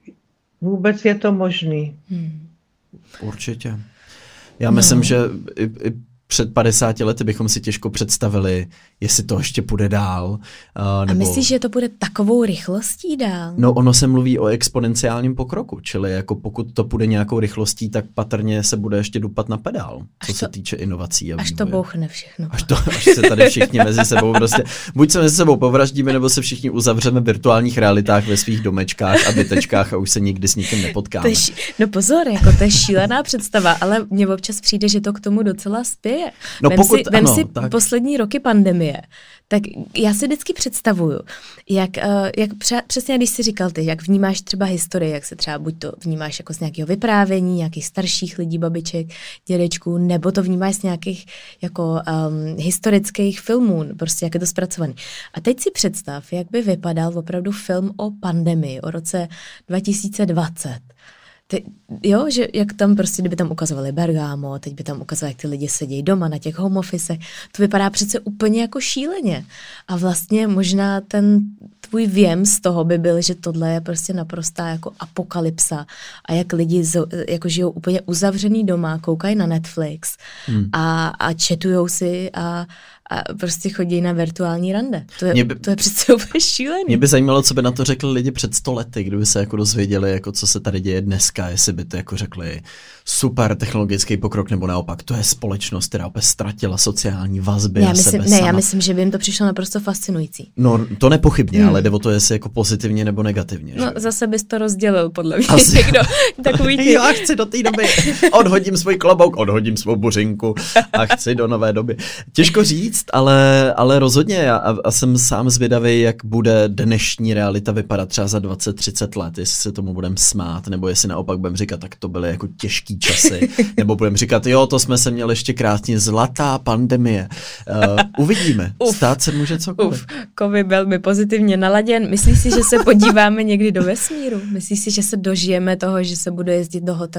vůbec je to možný. Hmm. Určitě. Já no. myslím, že i, i před padesáti lety bychom si těžko představili, jestli to ještě půjde dál. Uh, nebo... A myslíš, že to bude takovou rychlostí dál? No ono se mluví o exponenciálním pokroku, čili jako pokud to půjde nějakou rychlostí, tak patrně se bude ještě dupat na pedál, co až se to, týče inovací a až vývoje. to bouchne všechno. Až, to, až se tady všichni mezi sebou prostě, buď se mezi sebou povraždíme, nebo se všichni uzavřeme v virtuálních realitách ve svých domečkách a bytečkách a už se nikdy s nikým nepotkáme. Š... No pozor, jako to je šílená představa, ale mně občas přijde, že to k tomu docela spěje. No vem pokud, si, vem ano, si tak. poslední roky pandemie, tak já si vždycky představuju, jak, jak pře- přesně když jsi říkal ty, jak vnímáš třeba historii, jak se třeba buď to vnímáš jako z nějakého vyprávění, nějakých starších lidí, babiček, dědečků, nebo to vnímáš z nějakých jako um, historických filmů, prostě jak je to zpracovaný. A teď si představ, jak by vypadal opravdu film o pandemii, o roce dva tisíce dvacet. Ty, jo, že jak tam prostě, kdyby tam ukazovali Bergamo, teď by tam ukazovali, jak ty lidi sedí doma na těch home officech, to vypadá přece úplně jako šíleně. A vlastně možná ten tvůj věm z toho by byl, že tohle je prostě naprostá jako apokalypsa a jak lidi z, jako žijou úplně uzavřený doma, koukají na Netflix hmm. a, a chatujou si a a prostě chodí na virtuální rande. To je, by, to je přece úplně šílený. Mě by zajímalo, co by na to řekli lidi před sto lety, kdyby se jako dozvěděli, jako co se tady děje dneska, jestli by to jako řekli super technologický pokrok, nebo naopak, to je společnost, která opět ztratila sociální vazby já a myslím, sebe Ne, sama. já myslím, že by jim to přišlo naprosto fascinující. No, to nepochybně, hmm. ale jde o to, jestli jako pozitivně nebo negativně. No, že? Zase bys to rozdělil, podle mě. Asi. Někdo, takový ty. Jo, já chci do té doby, odhodím svůj klobouk, odhodím svou buřinku a chci do nové doby. Těžko říct, ale ale rozhodně já a, a jsem sám zvědavý, jak bude dnešní realita vypadat třeba za dvacet třicet let, jestli se tomu budeme smát, nebo jestli naopak budeme říkat, tak to byly jako těžký časy, nebo budeme říkat, jo, to jsme se měli ještě krásně, zlatá pandemie. Uh, uvidíme, Uf. stát se může cokoliv. Uf, Kovy velmi pozitivně naladěn. Myslíš si, že se podíváme někdy do vesmíru? Myslíš si, že se dožijeme toho, že se bude jezdit do hotelu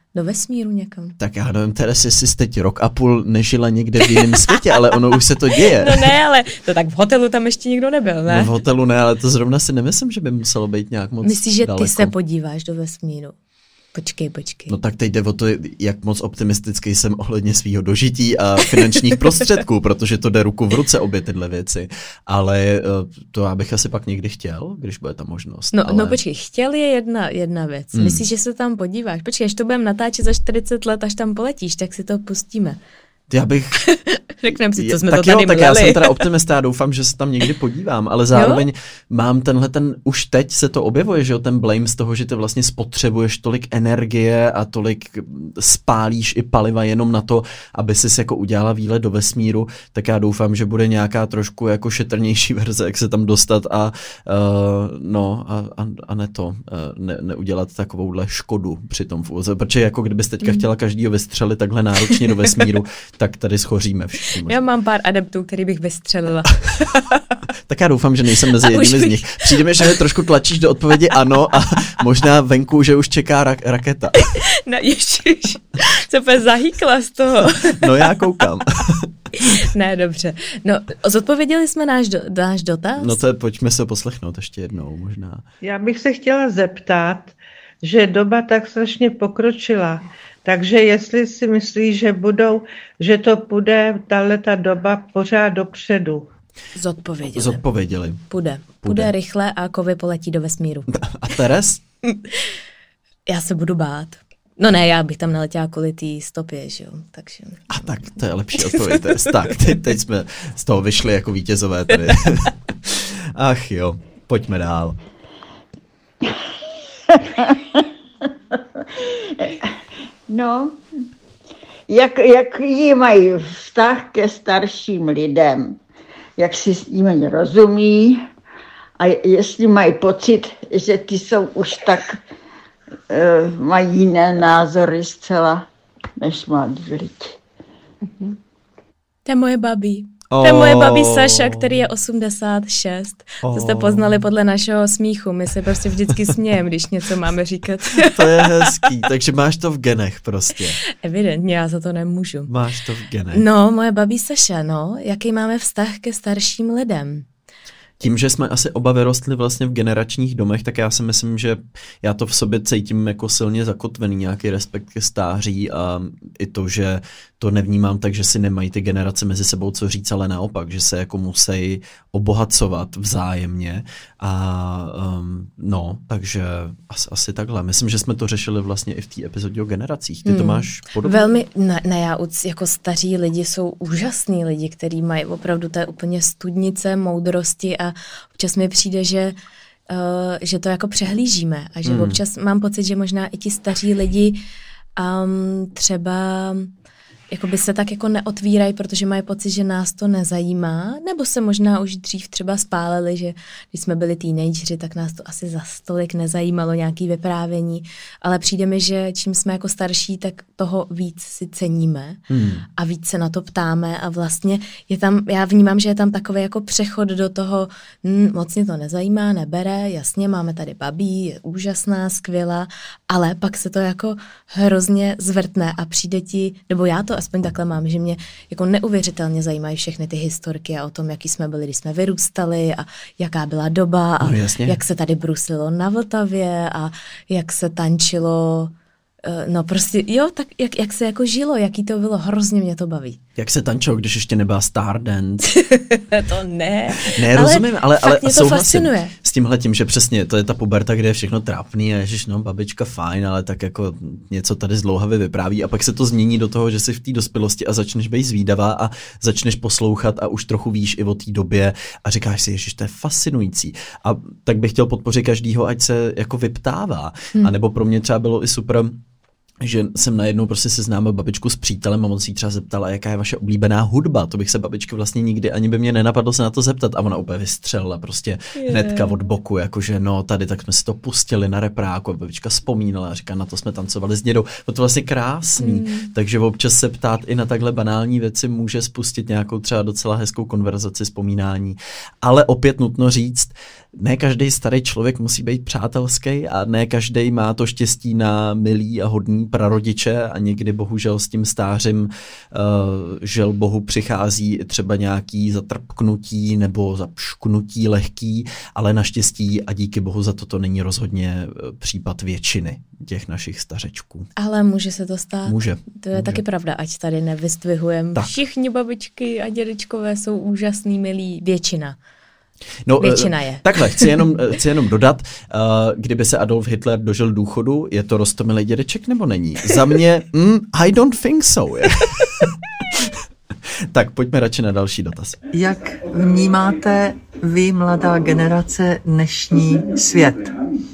Do vesmíru někam. Tak já nevím, Teres, jestli jsi teď rok a půl nežila někde v jiném světě, ale ono už se to děje. No ne, ale to tak v hotelu tam ještě nikdo nebyl, ne? No v hotelu ne, ale to zrovna si nemyslím, že by muselo být nějak moc Myslíš, že daleko. ty se podíváš do vesmíru? Počkej, počkej. No tak teď jde o to, jak moc optimistický jsem ohledně svýho dožití a finančních prostředků, protože to jde ruku v ruce obě tyhle věci. Ale to já bych asi pak někdy chtěl, když bude ta možnost. No, ale... no počkej, chtěl je jedna, jedna věc. Hmm. Myslíš, že se tam podíváš? Počkej, až to budeme natáčet za čtyřicet let, až tam poletíš, tak si to pustíme. Já bych... Řekneme si, co jsme tak to tady jo, tak mleli. já jsem teda optimista, já doufám, že se tam někdy podívám, ale zároveň jo? mám tenhle ten, už teď se to objevuje, že jo, ten blame z toho, že ty vlastně spotřebuješ tolik energie a tolik spálíš i paliva jenom na to, aby jsi jako udělala výlet do vesmíru, tak já doufám, že bude nějaká trošku jako šetrnější verze, jak se tam dostat a uh, no a, a, a ne to, uh, ne, neudělat takovouhle škodu při tom fůze, protože jako kdybys teďka mm. chtěla každýho vystřelit takhle náročně do vesmíru, tak tady schoříme všichni. Já mám pár adeptů, který bych vystřelila. Tak já doufám, že nejsem mezi jedními z nich. Přijde mi, že mě trošku tlačíš do odpovědi ano a možná venku, že už čeká rak- raketa. No ježiš, se úplně zahýkla z toho. No já koukám. Ne, dobře. No, zodpověděli jsme náš, do, náš dotaz? No to je, pojďme se poslechnout ještě jednou možná. Já bych se chtěla zeptat, že doba tak strašně pokročila, takže jestli si myslí, že budou, že to půjde tahleta doba pořád dopředu. Zodpověděli. Zodpověděli. Půjde. Půjde. Půjde rychle a kovy poletí do vesmíru. A Teres? Já se budu bát. No ne, já bych tam neletěla kvůli té stopě, že jo, takže... A tak, to je lepší odpověď, Teres. Tak, teď, teď jsme z toho vyšli jako vítězové tady. Ach jo, pojďme dál. No, jak, jak jí mají vztah ke starším lidem, jak si s nimi rozumí a jestli mají pocit, že ty jsou už tak, uh, mají jiné názory zcela, než mladí lidi. To je moje babi. To je moje babi Saša, který je osmdesát šest. Oh. To jste poznali podle našeho smíchu. My se prostě vždycky smějeme, když něco máme říkat. To je hezký, takže máš to v genech prostě. Evidentně, já za to nemůžu. Máš to v genech. No, moje babi Saša, no. Jaký máme vztah ke starším lidem? Tím, že jsme asi oba vyrostli vlastně v generačních domech, tak já si myslím, že já to v sobě cítím jako silně zakotvený, nějaký respekt ke stáří a i to, že to nevnímám tak, že si nemají ty generace mezi sebou co říct, ale naopak, že se jako musí obohacovat vzájemně a um, no, takže asi, asi takhle. Myslím, že jsme to řešili vlastně i v té epizodě o generacích. Ty hmm. to máš podobně? Velmi, ne, ne já jako staří lidi jsou úžasní lidi, kteří mají opravdu té úplně studnice, moudrosti a občas mi přijde, že Uh, že to jako přehlížíme a že hmm. občas mám pocit, že možná i ti staří lidi um, třeba jakoby se tak jako neotvírají, protože mají pocit, že nás to nezajímá, nebo se možná už dřív třeba spálili, že když jsme byli teenageři, tak nás to asi za stolik nezajímalo nějaké vyprávění, ale přijde mi, že čím jsme jako starší, tak toho víc si ceníme hmm. a víc se na to ptáme a vlastně je tam, já vnímám, že je tam takový jako přechod do toho, hm, moc mě to nezajímá, nebere, jasně, máme tady babí, je úžasná, skvělá, ale pak se to jako hrozně zvrtne a přijde ti, nebo já to aspoň takhle mám, že mě jako neuvěřitelně zajímají všechny ty historky a o tom, jaký jsme byli, když jsme vyrůstali a jaká byla doba a no, jak se tady bruslilo na Vltavě a jak se tančilo. No prostě, jo, tak jak, jak se jako žilo, jaký to bylo, hrozně mě to baví. Jak se tančilo, když ještě nebyla Stardance? To ne. Ne, ale rozumím, ale, ale mě to fascinuje. S tímhletím, že přesně, to je ta puberta, kde je všechno trápný a ježiš, no, babička fajn, ale tak jako něco tady zdlouhavě vypráví a pak se to změní do toho, že jsi v té dospělosti a začneš být zvídavá a začneš poslouchat a už trochu víš i o té době a říkáš si, ježiš, to je fascinující. A tak bych chtěl podpořit každýho, ať se jako vyptává. Hmm. A nebo pro mě třeba bylo i super, že jsem najednou prostě seznámil babičku s přítelem a on si třeba zeptala, jaká je vaše oblíbená hudba. To bych se babičky vlastně nikdy ani by mě nenapadlo se na to zeptat a ona úplně vystřelila prostě yeah. hnedka od boku, jakože no tady tak jsme si to pustili na repráku a babička vzpomínala a říká, na to jsme tancovali s dědou. To je vlastně krásný, mm. takže občas se ptát i na takhle banální věci může spustit nějakou třeba docela hezkou konverzaci, vzpomínání. Ale opět nutno říct, ne každý starý člověk musí být přátelský a ne každý má to štěstí na milý a hodný prarodiče a někdy bohužel s tím stářím uh, žel bohu přichází třeba nějaký zatrpknutí nebo zapšknutí lehký, ale naštěstí a díky bohu za to to není rozhodně případ většiny těch našich stařečků. Ale může se to stát. Může. To je může. taky pravda, ať tady nevyzdvihujeme. Všichni babičky a dědečkové jsou úžasný, milí, většina. No, Většina je. Takhle, chci jenom, chci jenom dodat, uh, kdyby se Adolf Hitler dožil důchodu, je to roztomilý dědeček nebo není? Za mě, mm, I don't think so. Tak pojďme radši na další dotaz. Jak vnímáte vy, mladá generace, dnešní svět?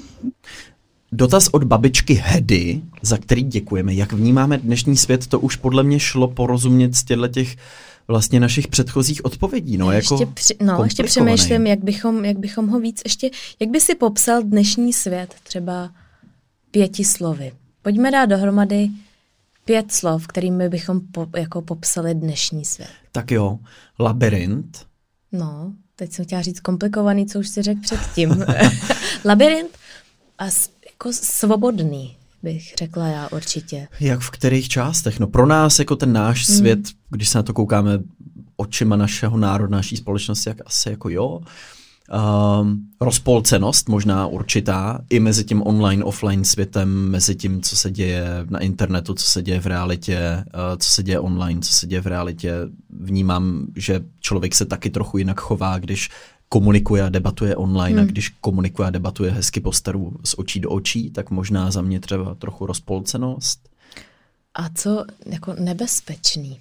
Dotaz od babičky Hedy, za který děkujeme. Jak vnímáme dnešní svět, to už podle mě šlo porozumět z těchto těch vlastně našich předchozích odpovědí. No, ještě, jako při, no, ještě přemýšlím, jak bychom, jak bychom ho víc ještě, jak by si popsal dnešní svět třeba pěti slovy. Pojďme dát dohromady pět slov, kterými bychom po, jako popsali dnešní svět. Tak jo, labyrint. No, teď jsem chtěla říct komplikovaný, co už si řekl předtím. Labyrint a jako svobodný, bych řekla já určitě. Jak v kterých částech? No pro nás jako ten náš hmm. svět, když se na to koukáme očima našeho národa, naší společnosti, jak asi jako jo. Um, rozpolcenost možná určitá i mezi tím online, offline světem, mezi tím, co se děje na internetu, co se děje v realitě, uh, co se děje online, co se děje v realitě. Vnímám, že člověk se taky trochu jinak chová, když komunikuje a debatuje online hmm. a když komunikuje a debatuje hezky postaru z očí do očí, tak možná za mě třeba trochu rozpolcenost. A co jako nebezpečný?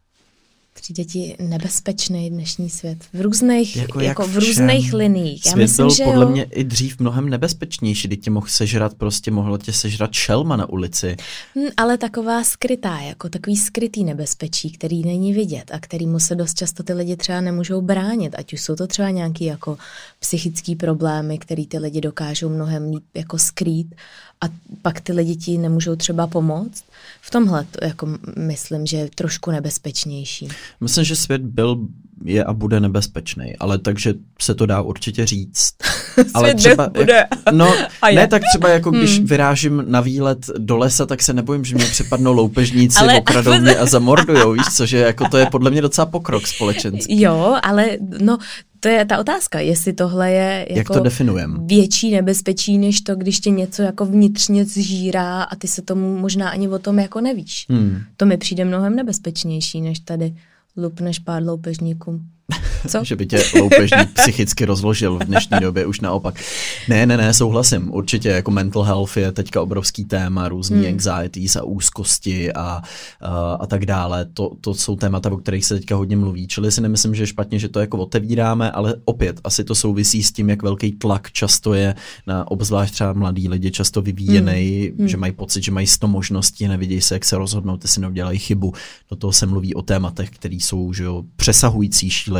Přijde ti nebezpečný dnešní svět v různých, jako, jako v různých liních. Já svět myslím, byl že podle jo. mě i dřív mnohem nebezpečnější, kdy tě mohl sežrat, prostě mohlo tě sežrat šelma na ulici. Hmm, ale taková skrytá, jako takový skrytý nebezpečí, který není vidět a kterýmu se dost často ty lidi třeba nemůžou bránit, ať už jsou to třeba nějaký jako psychický problémy, který ty lidi dokážou mnohem líp jako skrýt a pak ty lidi ti nemůžou třeba pomoct. V tomhle to jako myslím, že je trošku nebezpečnější. Myslím, že svět byl, je a bude nebezpečný, ale takže se to dá určitě říct. Ale svět třeba, bude. Jak, no, a ne tak třeba jako když hmm. vyrážím na výlet do lesa, tak se nebojím, že mě přepadnou loupežníci, ale... okradou mě a zamordujou, víš co, že jako to je podle mě docela pokrok společenský. Jo, ale no to je ta otázka, jestli tohle je jako jak to definujeme? Větší nebezpečí, než to, když tě něco jako vnitřně zžírá a ty se tomu možná ani o tom jako nevíš. Hmm. To mi přijde mnohem nebezpečnější, než tady lupneš pár loupežníkům. Co? Že by tě loupežník psychicky rozložil v dnešní době, už naopak. Ne, ne, ne, souhlasím. Určitě jako mental health je teďka obrovský téma, různý hmm. anxieties a úzkosti a, a, a tak dále. To, to jsou témata, o kterých se teďka hodně mluví. Čili si nemyslím, že je špatně, že to jako otevíráme, ale opět asi to souvisí s tím, jak velký tlak často je na obzvlášť třeba mladí lidi často vyvíjený, hmm. že mají pocit, že mají sto možností, nevidějí se, jak se rozhodnout, ty si neudělají chybu. Do toho se mluví o tématech, které jsou že jo, přesahující šíleně,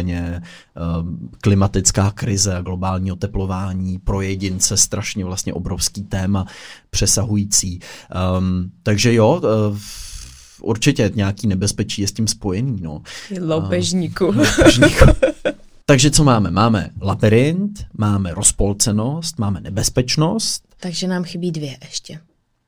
klimatická krize a globální oteplování pro jedince strašně vlastně obrovský téma přesahující. Um, takže jo, uh, určitě nějaký nebezpečí je s tím spojený. No. Loupežníku. Uh, loupežníku. Takže co máme? Máme labyrint, máme rozpolcenost, máme nebezpečnost. Takže nám chybí dvě ještě.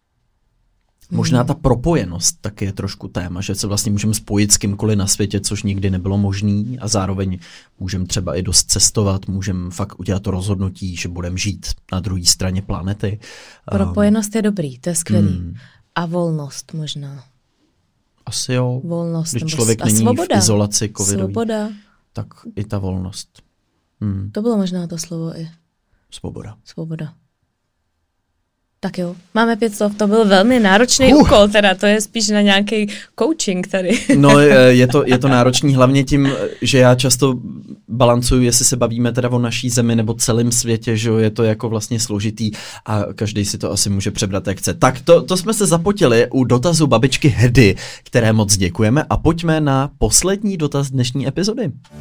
Možná ta propojenost taky je trošku téma, že se vlastně můžeme spojit s kýmkoliv na světě, což nikdy nebylo možný a zároveň můžeme třeba i dost cestovat, můžeme fakt udělat to rozhodnutí, že budeme žít na druhé straně planety. Propojenost je dobrý, to je skvělý. Hmm. A volnost možná. Asi jo. Volnost. Když člověk není svoboda. V izolaci covidový. Svoboda. Tak i ta volnost. Hmm. To bylo možná to slovo i. Svoboda. Svoboda. Tak jo, máme pět slov, to byl velmi náročný uh. úkol, teda to je spíš na nějaký coaching tady. No je to, je to náročný hlavně tím, že já často balancuju, jestli se bavíme teda o naší zemi nebo celém světě, že je to jako vlastně složitý a každý si to asi může přebrat jak chce. Tak to, to jsme se zapotili u dotazu babičky Hedy, které moc děkujeme a pojďme na poslední dotaz dnešní epizody.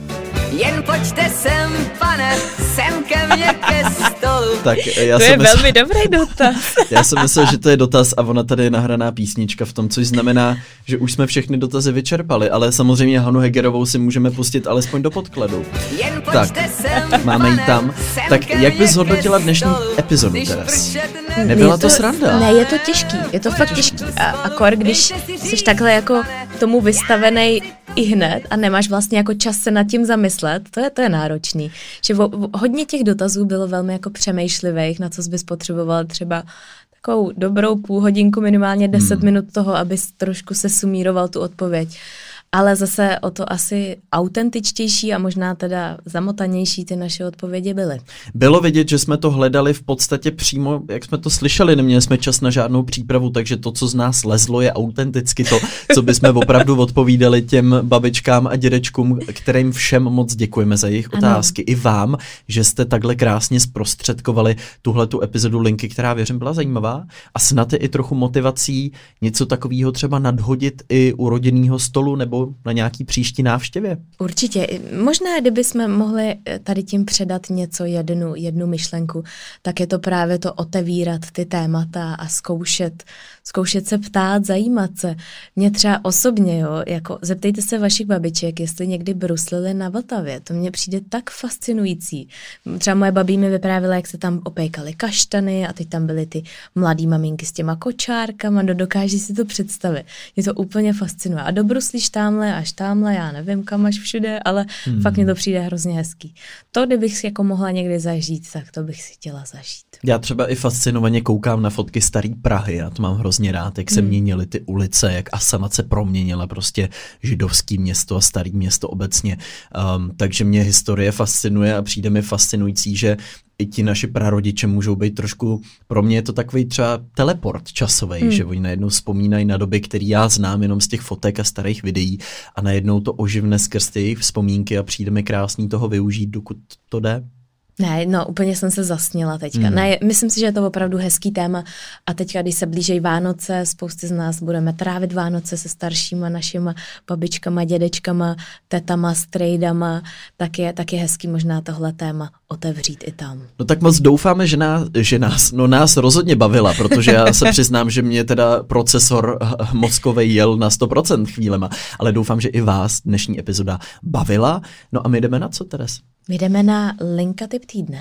jen pojďte sem, pane, sem ke mně ke stolu. Tak já to jsem je myslel, velmi dobrý dotaz. Já jsem myslel, že to je dotaz a ona tady je nahraná písnička v tom, což znamená, že už jsme všechny dotazy vyčerpali, ale samozřejmě Hanu Hegerovou si můžeme pustit alespoň do podkladu. Tak, máme ji tam. Tak jak bys hodnotila dnešní epizodu, Teres? Nebyla to, to sranda? Ne, je to těžký, je to fakt těžký. A akor, když jsi takhle jako tomu vystavenej i hned a nemáš vlastně jako čas se nad tím zamyslet, to je, to je náročný. Že vo, vo, hodně těch dotazů bylo velmi jako přemýšlivých, na co jsi bys potřeboval třeba takovou dobrou půl hodinku, minimálně deset hmm. minut toho, abys trošku se sumíroval tu odpověď. Ale zase o to asi autentičtější a možná teda zamotanější ty naše odpovědi byly. Bylo vidět, že jsme to hledali v podstatě přímo, jak jsme to slyšeli, neměli jsme čas na žádnou přípravu, takže to, co z nás lezlo, je autenticky to, co bychom opravdu odpovídali těm babičkám a dědečkům, kterým všem moc děkujeme za jejich ano. otázky. I vám, že jste takhle krásně zprostředkovali tuhletu epizodu Linky, která věřím byla zajímavá a snad je i trochu motivací něco takového třeba nadhodit i u rodinného stolu nebo na nějaký příští návštěvě? Určitě. Možná, kdyby jsme mohli tady tím předat něco, jednu, jednu myšlenku, tak je to právě to otevírat ty témata a zkoušet, zkoušet se ptát, zajímat se. Mně třeba osobně, jo, jako zeptejte se vašich babiček, jestli někdy bruslili na Vltavě. To mně přijde tak fascinující. Třeba moje babí mi vyprávěla, jak se tam opékaly kaštany a teď tam byly ty mladý maminky s těma kočárkama, no dokáží si to představit. Mě to úplně fascinuje. A dobruslíš tamhle, až tamhle, já nevím kam až všude, ale hmm. fakt mi to přijde hrozně hezký. To, kdybych si jako mohla někdy zažít, tak to bych si chtěla zažít. Já třeba i fascinovaně koukám na fotky starý Prahy, já to mám hrozně rád, jak se hmm. měnily ty ulice, jak asanace proměnila prostě židovský město a starý město obecně. Um, takže mě historie fascinuje a přijde mi fascinující, že i ti naši prarodiče můžou být trošku, pro mě je to takový třeba teleport časový, hmm. že oni najednou vzpomínají na doby, který já znám jenom z těch fotek a starých videí a najednou to oživne skrz ty jejich vzpomínky a přijde mi krásný toho využít, dokud to jde. Ne, no úplně jsem se zasněla teďka. Hmm. Ne, myslím si, že je to opravdu hezký téma a teďka, když se blíží Vánoce, spousty z nás budeme trávit Vánoce se staršíma našima babičkama, dědečkama, tetama, strejdama, tak je, tak je hezký možná tohle téma otevřít i tam. No tak moc doufáme, že nás, že nás, no nás rozhodně bavila, protože já se přiznám, že mě teda procesor mozkovej jel na sto procent chvílema, ale doufám, že i vás dnešní epizoda bavila. No a my jdeme na co, Teres? My jdeme na Linka tip týdne.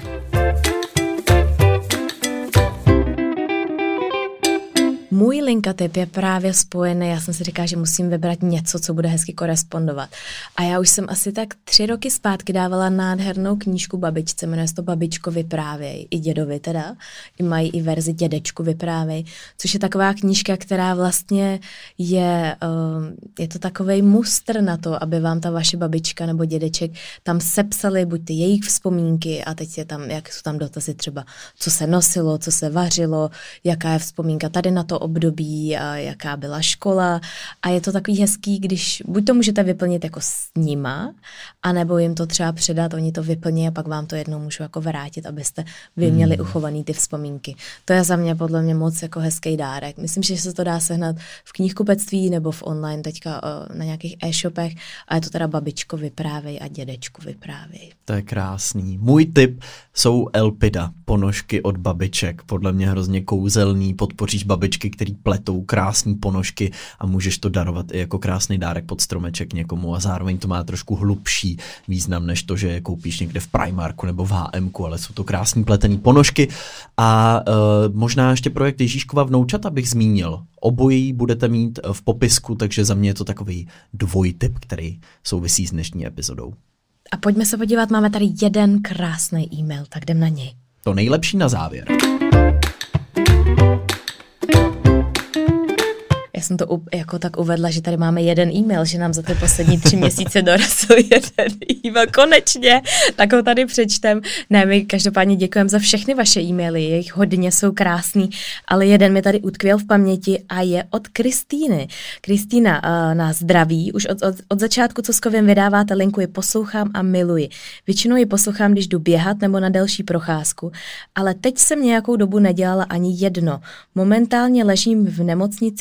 Můj Linka tip je právě spojený, já jsem si říkala, že musím vybrat něco, co bude hezky korespondovat. A já už jsem asi tak tři roky zpátky dávala nádhernou knížku babičce, jmenuje se to Babičko vyprávěj, i dědovi teda, i mají i verzi Dědečku vyprávěj, což je taková knížka, která vlastně je, je to takovej mustr na to, aby vám ta vaše babička nebo dědeček tam sepsali buď ty jejich vzpomínky a teď je tam, jak jsou tam dotazy třeba, co se nosilo, co se vařilo, jaká je vzpomínka tady na to období a jaká byla škola a je to takový hezký, když buď to můžete vyplnit jako s nima, anebo jim to třeba předat, oni to vyplní a pak vám to jednou můžu jako vrátit, abyste vy měli hmm. uchovaný ty vzpomínky. To je za mě podle mě moc jako hezký dárek. Myslím, že se to dá sehnat v knihkupectví nebo v online teďka na nějakých e-shopech a je to teda Babičko vyprávěj a Dědečku vyprávěj. To je krásný. Můj tip jsou Elpida, ponožky od babiček. Podle mě hrozně kouzelný, podpoříš babičky, který pletou krásný ponožky a můžeš to darovat i jako krásný dárek pod stromeček někomu a zároveň to má trošku hlubší význam, než to, že je koupíš někde v Primarku nebo v há emku, ale jsou to krásný pletený ponožky a uh, možná ještě projekt Ježíškova vnoučata bych zmínil. Obojí budete mít v popisku, takže za mě je to takový dvojtip, který souvisí s dnešní epizodou. A pojďme se podívat, máme tady jeden krásný e-mail, tak jdem na něj. To nejlepší na závěr. Já jsem to jako tak uvedla, že tady máme jeden e-mail, že nám za ty poslední tři měsíce dorazil jeden e-mail. Konečně, tak ho tady přečtem. Ne, my každopádně děkujeme za všechny vaše e-maily, jejich hodně jsou krásný, ale jeden mi tady utkvěl v paměti a je od Kristýny. Kristýna uh, nás zdraví, už od, od, od začátku, co s Kovem vydáváte linku, ji poslouchám a miluji. Většinou ji poslouchám, když jdu běhat nebo na delší procházku, ale teď jsem nějakou dobu nedělala ani jedno. Momentálně ležím v nemocnici v Ghaji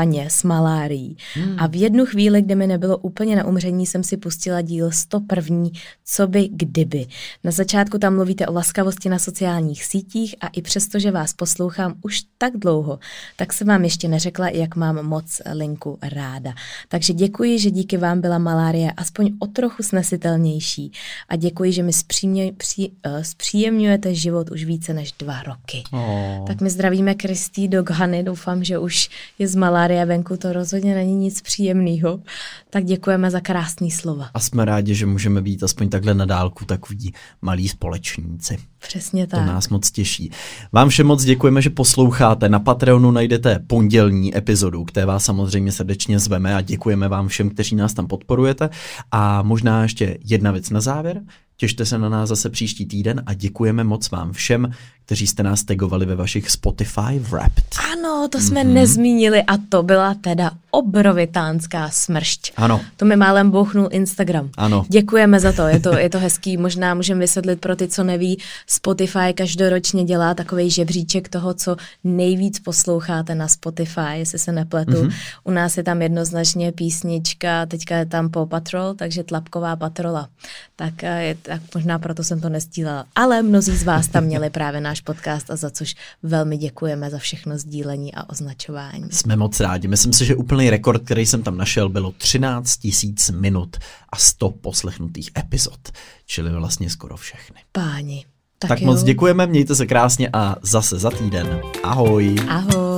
Haně s malárií. Hmm. A v jednu chvíli, kdy mi nebylo úplně na umření, jsem si pustila díl sto jedna, co by kdyby. Na začátku tam mluvíte o laskavosti na sociálních sítích a i přesto, že vás poslouchám už tak dlouho, tak jsem vám ještě neřekla, jak mám moc Linku ráda. Takže děkuji, že díky vám byla malárie aspoň o trochu snesitelnější a děkuji, že mi zpřímě, pří, uh, zpříjemňujete život už více než dva roky. Oh. Tak my zdravíme Kristý do Ghany, doufám, že už je z malárie venku, to rozhodně není nic příjemného. Tak děkujeme za krásný slova. A jsme rádi, že můžeme být aspoň takhle na dálku takový malí společníci. Přesně tak. To nás moc těší. Vám všem moc děkujeme, že posloucháte. Na Patreonu najdete pondělní epizodu, které vás samozřejmě srdečně zveme a děkujeme vám všem, kteří nás tam podporujete. A možná ještě jedna věc na závěr. Těšte se na nás zase příští týden a děkujeme moc vám všem, kteří jste nás tagovali ve vašich Spotify Wrapped. Ano, to jsme mm-hmm. nezmínili a to byla teda obrovitánská smršť. Ano. To mi málem bouchnul Instagram. Ano. Děkujeme za to, je to, je to hezký. Možná můžeme vysvětlit pro ty, co neví, Spotify každoročně dělá takovej žebříček toho, co nejvíc posloucháte na Spotify, jestli se nepletu. Mm-hmm. U nás je tam jednoznačně písnička, teďka je tam Paw Patrol, takže Tlapková patrola. Tak, je, tak možná proto jsem to nestílela. Ale mnozí z vás tam měli právě náš podcast a za což velmi děkujeme za všechno sdílení a označování. Jsme moc rádi. Myslím si, že úplný rekord, který jsem tam našel, bylo třináct tisíc minut a sto poslechnutých epizod, čili vlastně skoro všechny. Páni. Tak, tak moc děkujeme, mějte se krásně a zase za týden. Ahoj. Ahoj.